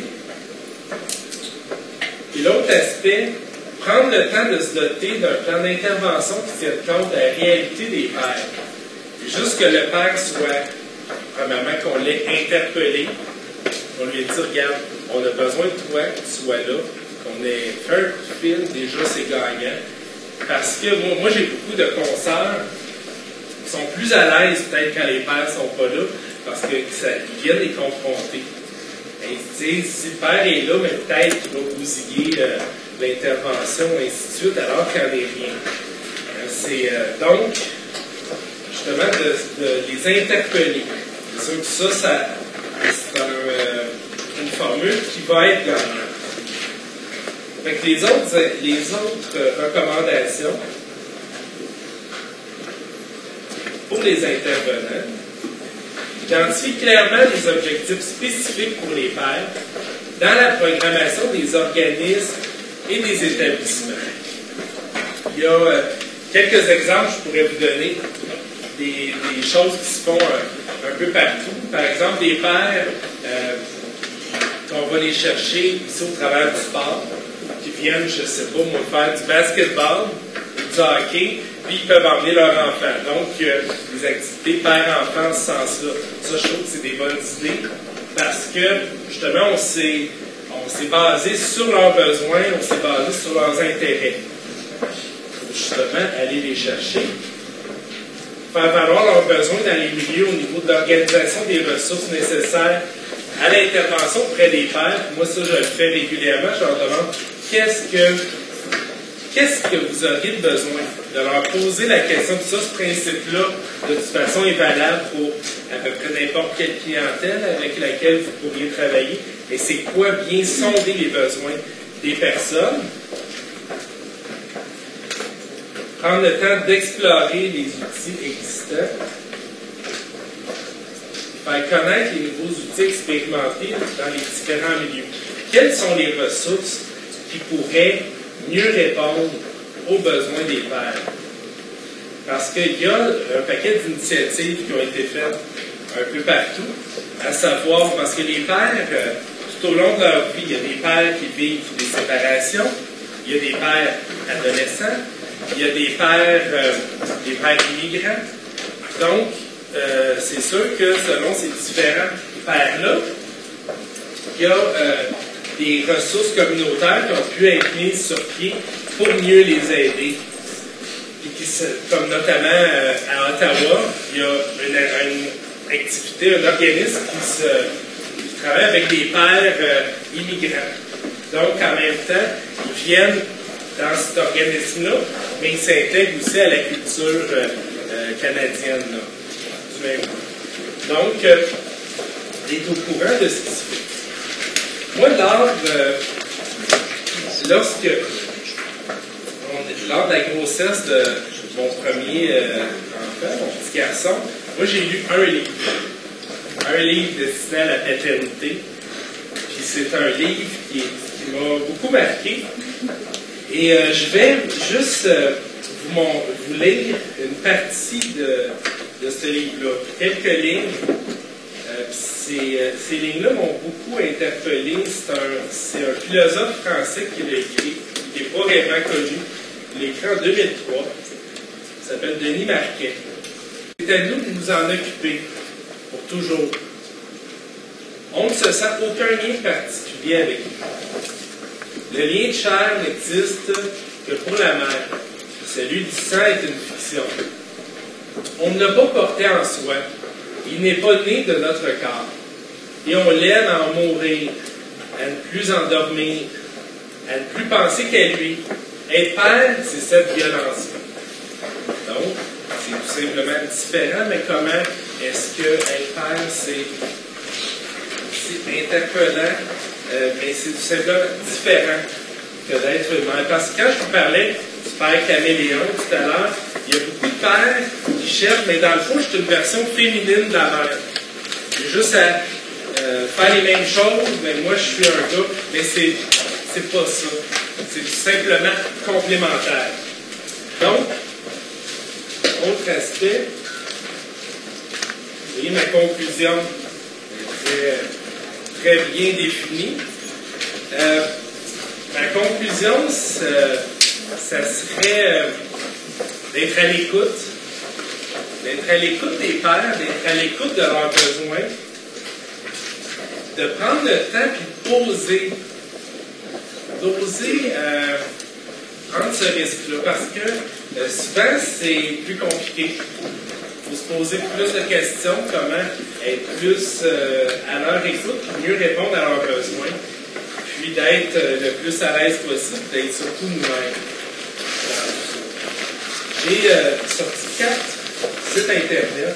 Et l'autre aspect, prendre le temps de se doter d'un plan d'intervention qui tienne compte de la réalité des pères. Et juste que le père soit, premièrement, qu'on l'ait interpellé, qu'on lui ait dit, regarde, on a besoin de toi, que tu sois là, qu'on ait fait un coup de fil, déjà c'est gagnant. Parce que moi, moi j'ai beaucoup de consoeurs qui sont plus à l'aise peut-être quand les pères ne sont pas là, parce qu'ils viennent les confronter. Et, si le père est là, mais peut-être qu'il va bousiller euh, l'intervention, et ainsi de suite, alors qu'il n'en est rien. Euh, c'est euh, donc, justement, de, de les interpeller. C'est sûr que ça, ça c'est un, euh, une formule qui va être gagnante. Fait que les autres, les autres euh, recommandations pour les intervenants, identifie clairement les objectifs spécifiques pour les pères dans la programmation des organismes et des établissements. Il y a euh, quelques exemples que je pourrais vous donner, des, des choses qui se font un, un peu partout. Par exemple, des pères, euh, qu'on va les chercher ici au travers du sport, qui viennent, je ne sais pas, moi, faire du basketball, du hockey, puis ils peuvent emmener leur enfant. Donc, euh, des activités père-enfant en ce sens-là. Ça, je trouve que c'est des bonnes idées, parce que, justement, on s'est, on s'est basé sur leurs besoins, on s'est basé sur leurs intérêts. Pour justement aller les chercher, faire valoir leurs besoins dans les milieux au niveau de l'organisation des ressources nécessaires à l'intervention auprès des pères. Moi, ça, je le fais régulièrement. Je leur demande qu'est-ce que, qu'est-ce que vous auriez besoin? De leur poser la question. Puis ça, ce principe-là, de toute façon, est valable pour à peu près n'importe quelle clientèle avec laquelle vous pourriez travailler. Et c'est quoi bien sonder les besoins des personnes? Prendre le temps d'explorer les outils existants. Faire connaître les nouveaux outils expérimentés dans les différents milieux. Quelles sont les ressources qui pourraient mieux répondre aux besoins des pères? Parce qu'il y a un paquet d'initiatives qui ont été faites un peu partout, à savoir, parce que les pères, tout au long de leur vie, il y a des pères qui vivent des séparations, il y a des pères adolescents, il y a des pères, euh, des pères immigrants. Donc, euh, c'est sûr que selon ces différents pères-là, il y a euh, des ressources communautaires qui ont pu être mises sur pied pour mieux les aider. Et qui se, comme notamment euh, à Ottawa, il y a une, une activité, un organisme qui, se, qui travaille avec des pères euh, immigrants. Donc, en même temps, ils viennent dans cet organisme-là, mais ils s'intègrent aussi à la culture euh, euh, canadienne, là, du même coup. Donc, euh, il est au courant de ce qui se fait. Moi, lors, euh, lorsque, on, lors de la grossesse de mon premier euh, enfant, mon petit garçon, moi, j'ai lu un livre. Un livre destiné à la paternité. Puis c'est un livre qui, qui m'a beaucoup marqué. Et euh, je vais juste euh, vous, mon, vous lire une partie de, de ce livre-là. Quelques lignes. Euh, ces, euh, ces lignes-là m'ont beaucoup interpellé. C'est un, c'est un philosophe français qui l'a écrit, qui n'est pas vraiment connu. Je l'ai écrit en deux mille trois. Il s'appelle Denis Marquet. C'est à nous de nous en occuper pour toujours. On ne se sent aucun lien particulier avec lui. Le lien de chair n'existe que pour la mère. Celui du sang est une fiction. On ne l'a pas porté en soi. Il n'est pas né de notre corps. Et on l'aide à en mourir, à ne plus endormir, à ne plus penser qu'à lui. Être père, c'est cette violence. Donc, c'est tout simplement différent, mais comment est-ce que être père, c'est, c'est interpellant, euh, mais c'est tout simplement différent que d'être humain. Parce que quand je vous parlais du père caméléon tout à l'heure, il y a beaucoup de pères qui cherchent, mais dans le fond, c'est une version féminine de la mère. J'ai juste à euh, faire les mêmes choses, mais moi, je suis un gars, mais c'est, c'est pas ça. C'est tout simplement complémentaire. Donc, autre aspect, vous voyez, ma conclusion est très, très bien définie. Euh, ma conclusion, ça, ça serait euh, d'être à l'écoute, d'être à l'écoute des pères, d'être à l'écoute de leurs besoins, de prendre le temps et de poser, d'oser euh, prendre ce risque-là, parce que euh, souvent c'est plus compliqué. Il faut se poser plus de questions, comment être plus euh, à leur écoute, mieux répondre à leurs besoins, puis d'être euh, le plus à l'aise possible, d'être surtout nous-mêmes. J'ai euh, sorti quatre sites Internet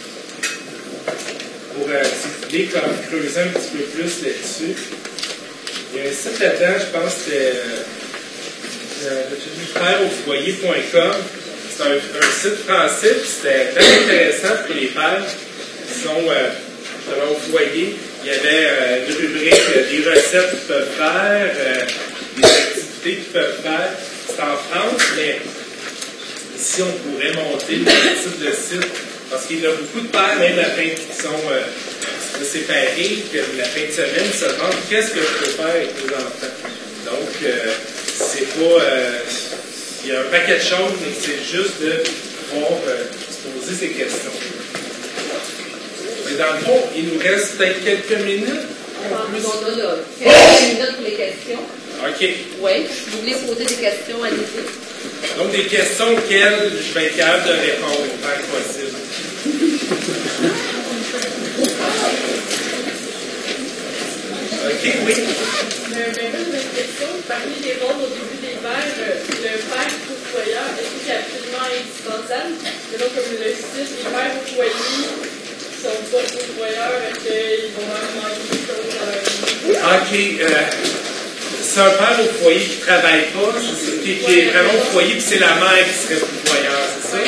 pour, euh, si vous voulez, comme creuser un petit peu plus là-dessus. Il y a un site là-dedans, je pense que c'était euh, père au foyer point com. C'est un, un site français, puis c'était très intéressant pour les pères qui sont euh, au foyer. Il y avait euh, une rubrique euh, des recettes qu'ils peuvent faire, euh, des activités qu'ils peuvent faire. C'est en France, mais ici, on pourrait monter le type de site, parce qu'il y a beaucoup de pères, même la fin qui sont euh, séparés, que la fin de semaine, ils se demandent qu'est-ce que je peux faire avec mes enfants. Donc, euh, c'est pas... Euh, il y a un paquet de choses, mais c'est juste de pouvoir euh, se poser ces questions. Mais dans le fond, il nous reste peut-être quelques minutes. On a là, quelques minutes pour les questions. OK. Oui, vous voulez poser des questions, allez-y. Donc, des questions auxquelles je vais être capable de répondre autant que possible. OK, oui. Euh, ben, une question. Parmi les rôles au début des pères, le, le père pourvoyeur, est-ce que c'est absolument indispensable? Et donc, comme le site, les pères au foyer ne sont pas pourvoyeurs, est-ce qu'ils vont même manger des choses à leur vie? OK. Euh, c'est un père au foyer qui ne travaille pas, c'est, qui, qui est vraiment au foyer, puis c'est la mère qui serait pourvoyeur, c'est ça?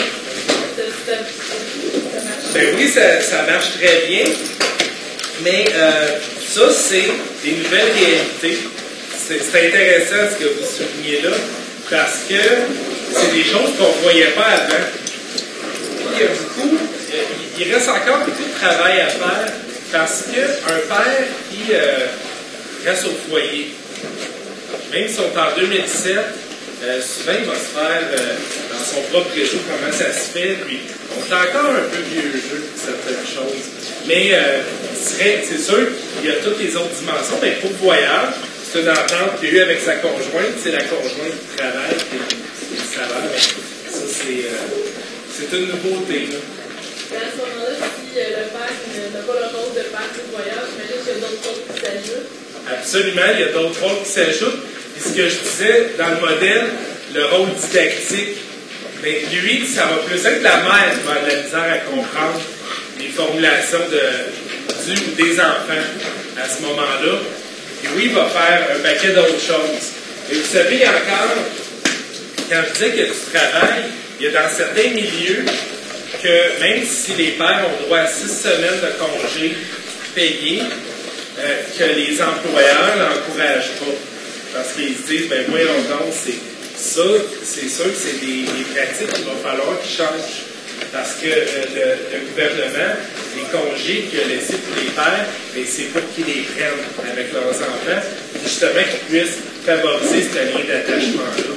Ben oui, ça, ça marche très bien, mais euh, ça, c'est des nouvelles réalités. C'est, c'est intéressant ce que vous soulignez là, parce que c'est des choses qu'on ne voyait pas avant. Il y a beaucoup, il reste encore beaucoup de travail à faire, parce qu'un père qui euh, reste au foyer, même si on est en deux mille sept, euh, souvent il va se faire euh, dans son propre réseau comment ça se fait, puis on est encore un peu vieux jeu pour certaines choses. Mais euh, serait, c'est sûr qu'il y a toutes les autres dimensions, mais pour le voyage, c'est une entente qu'il y a eu avec sa conjointe, c'est la conjointe qui travaille, puis c'est le salaire, mais ça c'est, euh, c'est une nouveauté. Là. Et à ce moment-là, si euh, le père n'a pas le rôle de père pour voyage, mais là, il y a d'autres choses qui s'ajoutent. Absolument, il y a d'autres rôles qui s'ajoutent. Et ce que je disais dans le modèle, le rôle didactique, bien, lui, ça va plus être la mère qui va avoir de la misère à comprendre les formulations de, du ou des enfants à ce moment-là. Et oui, il va faire un paquet d'autres choses. Et vous savez, il y a encore, quand je disais qu'il y a du travail, il y a dans certains milieux que même si les pères ont droit à six semaines de congés payés, euh, que les employeurs n'encouragent pas. Parce qu'ils se disent, ben voyons donc, c'est ça, c'est sûr que c'est des, des pratiques qu'il va falloir qu'ils changent. Parce que euh, le, le gouvernement, les congés qu'il a laissés pour les pères, ben, c'est pour qu'ils les prennent avec leurs enfants, justement qu'ils puissent favoriser ce lien d'attachement-là. Parce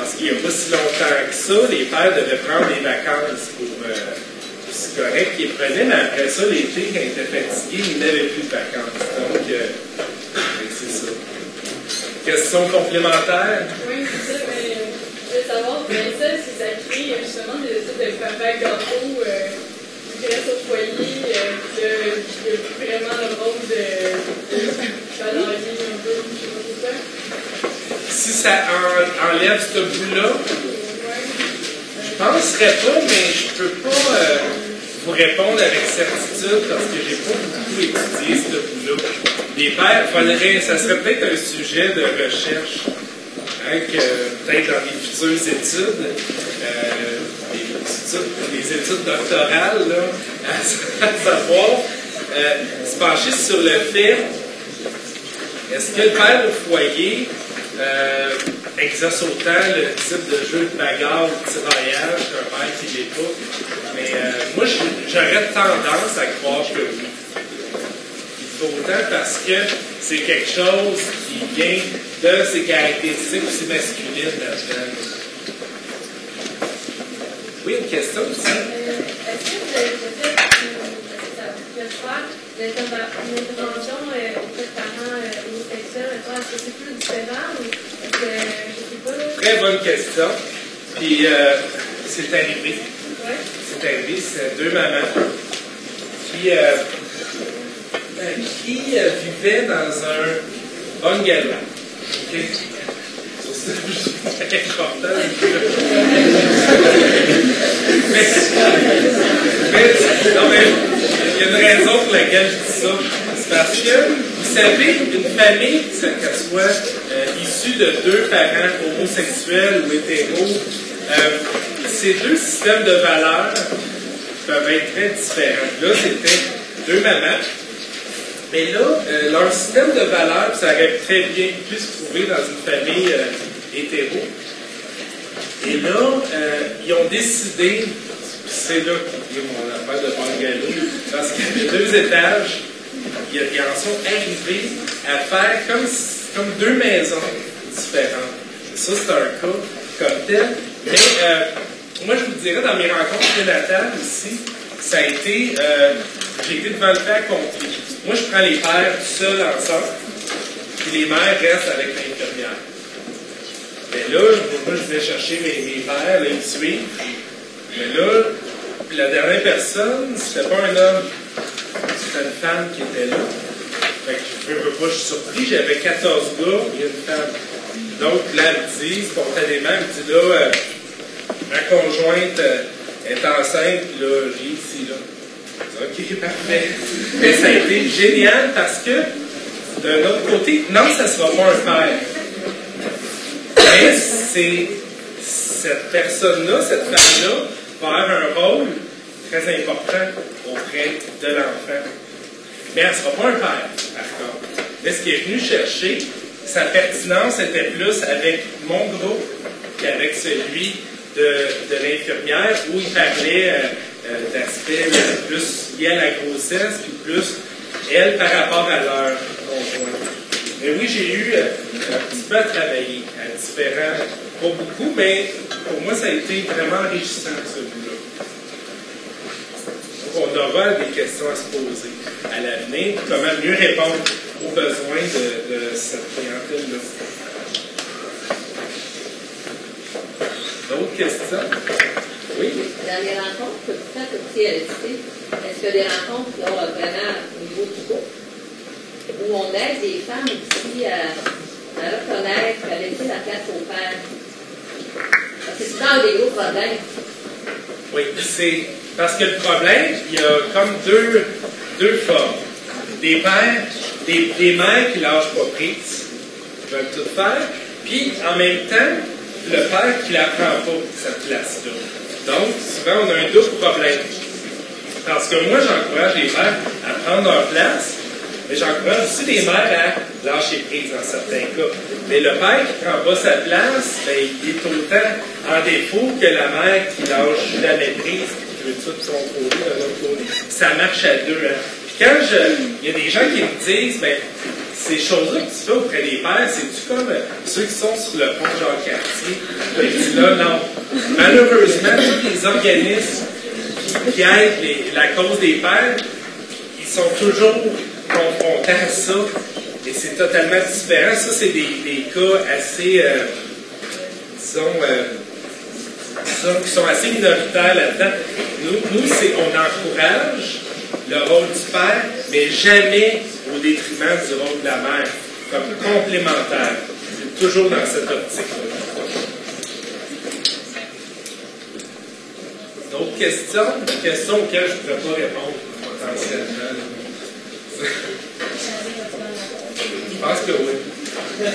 parce qu'il n'y a pas si longtemps que ça, les pères devaient prendre des vacances pour... Euh, c'est correct qu'ils prenaient, mais après ça, l'été, quand ils étaient fatigués, ils n'avaient plus de vacances. Donc, euh, c'est ça. Question complémentaire? Oui, c'est ça, mais je veux savoir, mais ça, si ça crée justement des études de papa gâteau, euh, qui restent au foyer, euh, qu'il y a vraiment le rôle de balayer un peu, je sais pas pourquoi. Si ça en, enlève ce bout-là, je ne penserais pas, mais je ne peux pas euh, vous répondre avec certitude parce que je n'ai pas beaucoup étudié ce bout-là. Les pères, faudrait, ça serait peut-être un sujet de recherche, hein, que peut-être dans les futures études, euh, les, études les études doctorales, là, à, à savoir, euh, se pencher sur le fait, est-ce que le père au foyer euh, exerce autant le type de jeu de bagarre ou de tiraillage qu'un père qui l'est pas? Mais euh, moi, j'aurais tendance à croire que oui. Autant parce que c'est quelque chose qui vient de ses caractéristiques aussi masculines là-dedans. Oui, une question aussi. Euh, Est-ce que vous avez peut-être une intervention euh, auprès de parents euh, homosexuels? Est-ce que c'est plus différent ou est-ce que je sais pas? Là? Très bonne question. Puis euh, c'est arrivé. Ouais. C'est arrivé, c'est deux mamans qui. Euh, qui euh, vivait dans un bungalow. OK? C'est important. mais, mais, non, mais il y a une raison pour laquelle je dis ça. C'est parce que, vous savez, une famille, qu'elle soit euh, issue de deux parents homosexuels ou hétéros, euh, ces deux systèmes de valeurs peuvent être très différents. Là, c'était deux mamans. Mais là, euh, leur système de valeurs, ça aurait très bien pu se trouver dans une famille euh, hétéro. Et là, euh, ils ont décidé, c'est là qu'il y a mon affaire de bungalow, parce qu'il y a deux étages, ils, ils en sont arrivés à faire comme, comme deux maisons différentes. Ça, c'est un cas comme tel. Mais euh, moi, je vous dirais, dans mes rencontres prénatales aussi, ça a été, euh, j'ai été devant le fait accompli. Moi, je prends les pères tout seuls ensemble, puis les mères restent avec l'infirmière. Mais là, moi, je venais chercher mes, mes pères, là, ils suivent. Mais là, la dernière personne, c'était pas un homme, c'était une femme qui était là. Fait que je ne veux pas, je suis surpris, j'avais quatorze gars et une femme. Donc, là, elle me dit, spontanément, elle me dit, là, euh, ma conjointe euh, est enceinte, puis là, j'ai ici, là. OK, parfait. Mais ça a été génial parce que, d'un autre côté, non, ça ne sera pas un père. Mais c'est cette personne-là, cette femme-là, va avoir un rôle très important auprès de l'enfant. Mais elle ne sera pas un père, par contre. Mais ce qui est venu chercher, sa pertinence était plus avec mon groupe qu'avec celui de, de l'infirmière, où il parlait euh, euh, d'aspects plus liés à la grossesse, puis plus elle par rapport à leur conjoint. Mais oui, j'ai eu euh, un petit peu à travailler à différents, pas beaucoup, mais pour moi, ça a été vraiment enrichissant, ce bout-là. Donc, on aura des questions à se poser à l'avenir, comment mieux répondre aux besoins de, de cette clientèle-là. D'autres questions? Oui? Dans les rencontres que vous faites au C L S T, est-ce que les rencontres, là, vraiment au niveau du couple, où on aide les femmes aussi à, à reconnaître, à laisser la place aux pères? Parce que c'est souvent des gros problèmes. Oui, c'est parce que le problème, il y a comme deux, deux formes. Des pères, des, des mères qui lâchent pas prise, qui veulent tout faire, puis en même temps, le père qui ne la prend pas, cette place-là. Donc, souvent, on a un double problème. Parce que moi, j'encourage les mères à prendre leur place, mais j'encourage aussi les mères à lâcher prise dans certains cas. Mais le père qui ne prend pas sa place, ben, il est autant en défaut que la mère qui lâche jamais prise, qui veut tout son côté, de l'autre côté. Ça marche à deux. Hein. Puis quand je, il y a des gens qui me disent, ben, ces choses-là que tu fais auprès des pères, c'est-tu comme euh, ceux qui sont sur le pont Jean-Cartier? Et puis là, non. Malheureusement, tous les organismes qui, qui aident les, la cause des pères, ils sont toujours confrontés à ça. Et c'est totalement différent. Ça, c'est des, des cas assez, euh, disons, euh, disons, qui sont assez minoritaires là-dedans. Nous, nous c'est, on encourage le rôle du père, mais jamais au détriment du rôle de la mère, comme complémentaire. C'est toujours dans cette optique-là. D'autres questions? Des questions auxquelles je ne pourrais pas répondre potentiellement. Je pense que oui.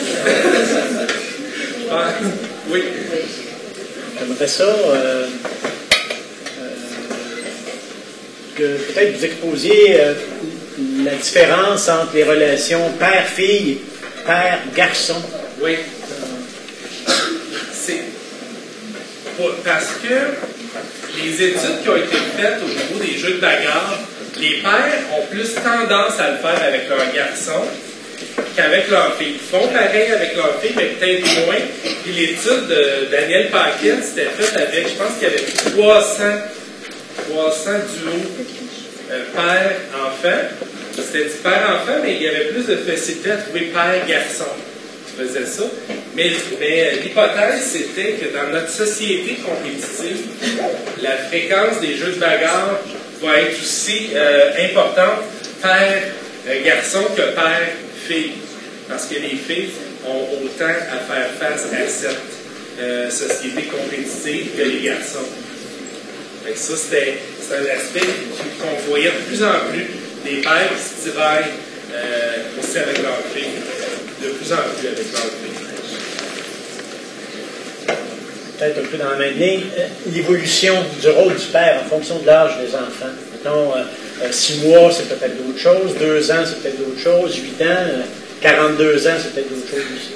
Ah, oui. J'aimerais ça euh, euh, que peut-être vous exposiez euh, la différence entre les relations père-fille, père-garçon. Oui. C'est parce que les études qui ont été faites au niveau des jeux de bagarre, les pères ont plus tendance à le faire avec leurs garçons qu'avec leurs filles. Ils font pareil avec leurs filles, mais peut-être moins. Puis l'étude de Daniel Paquin, c'était faite avec, je pense qu'il y avait trois cents duos euh, père-enfant. C'était du père-enfant, mais il y avait plus de facilité à trouver père-garçon qui faisait ça. Mais, mais l'hypothèse, c'était que dans notre société compétitive, la fréquence des jeux de bagarre va être aussi euh, importante père-garçon que père-fille. Parce que les filles ont autant à faire face à cette euh, société compétitive que les garçons. Fait que ça, c'était un aspect qu'on voyait de plus en plus, des pères qui se tiraillent euh, aussi avec leurs filles, de plus en plus avec leurs filles. Peut-être un peu dans la même ligne, l'évolution du rôle du père en fonction de l'âge des enfants. Mettons, euh, six mois, c'est peut-être d'autres choses, deux ans, c'est peut-être d'autres choses, huit ans, euh, quarante-deux ans, c'est peut-être d'autres choses aussi.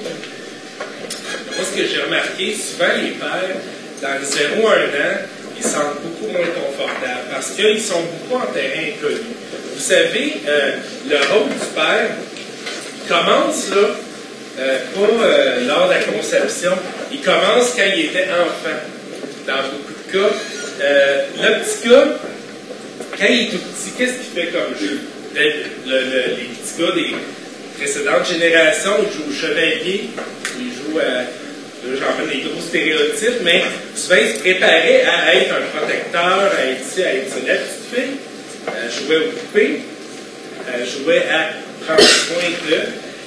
Moi, ce que j'ai remarqué, souvent les pères, dans le zéro à un an, ils se sentent beaucoup moins confortables parce qu'ils sont beaucoup en terrain inconnu. Vous savez, euh, le rôle du père commence là, euh, pas euh, lors de la conception, il commence quand il était enfant. Dans beaucoup de cas, euh, le petit gars, quand il est tout petit, qu'est-ce qu'il fait comme jeu? Le, le, le, les petits gars des précédentes générations, ils jouent au chevalier, ils jouent à. J'en fais des gros stéréotypes, mais souvent ils se préparaient à être un protecteur, à être ici, à être la petite fille, à jouer aux poupées, à jouer à prendre soin d'eux,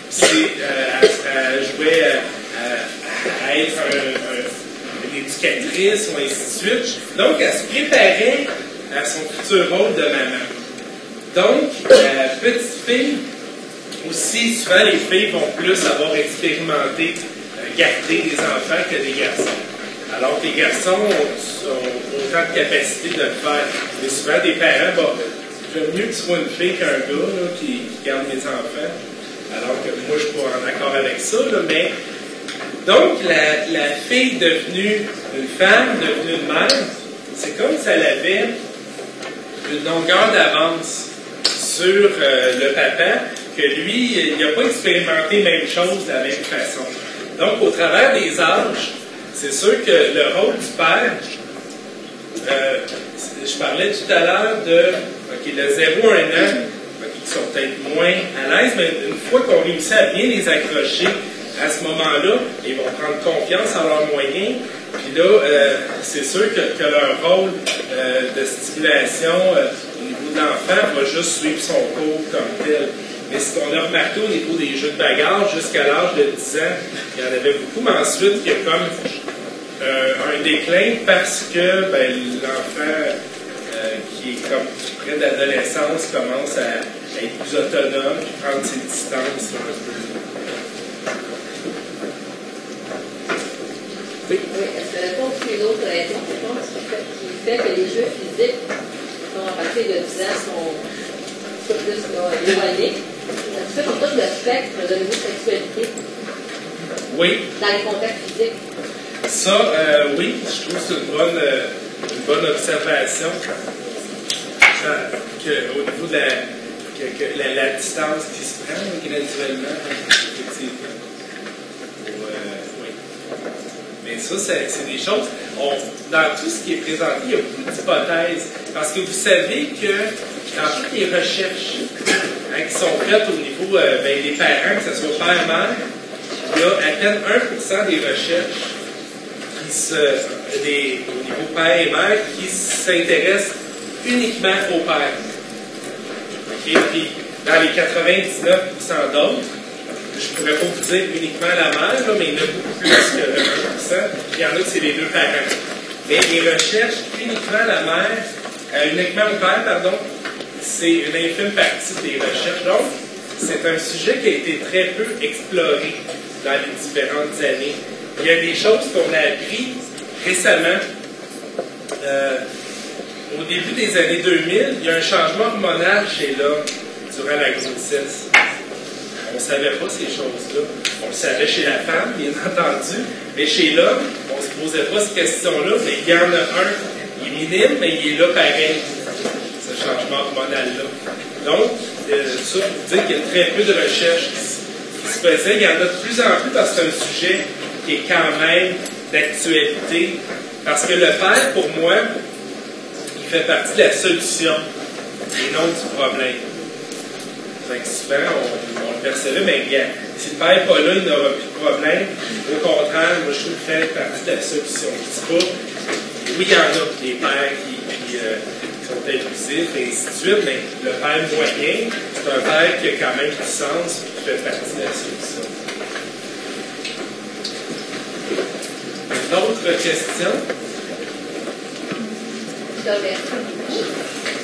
euh, à, à jouer à, à, à être un, un, une éducatrice, ou ainsi de suite. Donc, elle se préparait à son futur rôle de maman. Donc, la petite fille, aussi, souvent les filles vont plus avoir expérimenté garder des enfants que des garçons. Alors que les garçons ont, ont autant de capacité de le faire. Mais souvent, des parents, bon, j'aime mieux que tu sois une fille qu'un gars là, qui, qui garde mes enfants. Alors que moi, je suis pas en accord avec ça. Là, mais donc, la, la fille devenue une femme, devenue une mère, c'est comme si elle avait une longueur d'avance sur euh, le papa, que lui, il n'a pas expérimenté la même chose de la même façon. Donc, au travers des âges, c'est sûr que le rôle du père, euh, je parlais tout à l'heure de, OK, le zéro à un an, okay, qui sont peut-être moins à l'aise, mais une fois qu'on réussit à bien les accrocher à ce moment-là, ils vont prendre confiance en leurs moyens. Puis là, euh, c'est sûr que, que leur rôle euh, de stimulation euh, au niveau de l'enfant va juste suivre son cours comme tel. Mais ce qu'on a remarqué au niveau des jeux de bagarre, jusqu'à l'âge de dix ans, il y en avait beaucoup, mais ensuite, il y a comme euh, un déclin parce que ben, l'enfant euh, qui est comme près de l'adolescence commence à, à être plus autonome et prendre ses distances. Oui. Oui, est-ce que répond à une autre raison, je pense, qui fait que les jeux physiques, à partir de dix ans, sont un peu plus éloignés? Ça fait qu'on touche le spectre de l'homosexualité. Oui. Dans les contacts physiques. Ça, euh, oui, je trouve que c'est une bonne, euh, une bonne observation. Euh, que, au niveau de la. que, que la, la distance qui se prend graduellement, effectivement. Ou, euh, oui. Mais ça, c'est des choses. On, dans tout ce qui est présenté, il y a beaucoup d'hypothèses. Parce que vous savez que dans toutes les recherches hein, qui sont faites au niveau euh, ben, des parents, que ce soit père-mère, il y a à peine un pour cent des recherches qui se, des, au niveau père et mère qui s'intéressent uniquement au père. Okay? Puis dans les quatre-vingt-dix-neuf pour cent d'autres, je ne pourrais pas vous dire uniquement la mère, là, mais il y en a beaucoup plus que le un pour cent. Il y en a que c'est les deux parents. Mais les recherches uniquement la mère, euh, uniquement au père, pardon, c'est une infime partie des recherches. Donc, c'est un sujet qui a été très peu exploré dans les différentes années. Il y a des choses qu'on a appris récemment. Euh, au début des années deux mille, il y a un changement hormonal chez l'homme durant la grossesse. On ne savait pas ces choses-là. On le savait chez la femme, bien entendu, mais chez l'homme, on ne se posait pas ces questions-là, mais il y en a un. Il est minime, mais il est là pareil, ce changement hormonal-là. Donc, euh, ça, pour dire qu'il y a très peu de recherches qui, qui se faisaient. Il y en a de plus en plus parce que c'est un sujet qui est quand même d'actualité. Parce que le père, pour moi, il fait partie de la solution et non du problème. Donc, souvent, on, on le percevait, mais bien, si le père n'est pas là, il n'aura plus de problème. Au contraire, moi, je trouve qu'il fait partie de la solution. Je ne dis pas, oui, il y en a des pères qui, qui, euh, qui sont abusifs, et ainsi de suite, mais le père moyen, c'est un père qui a quand même du sens et qui fait partie de la solution. D'autres questions? Je te remercie.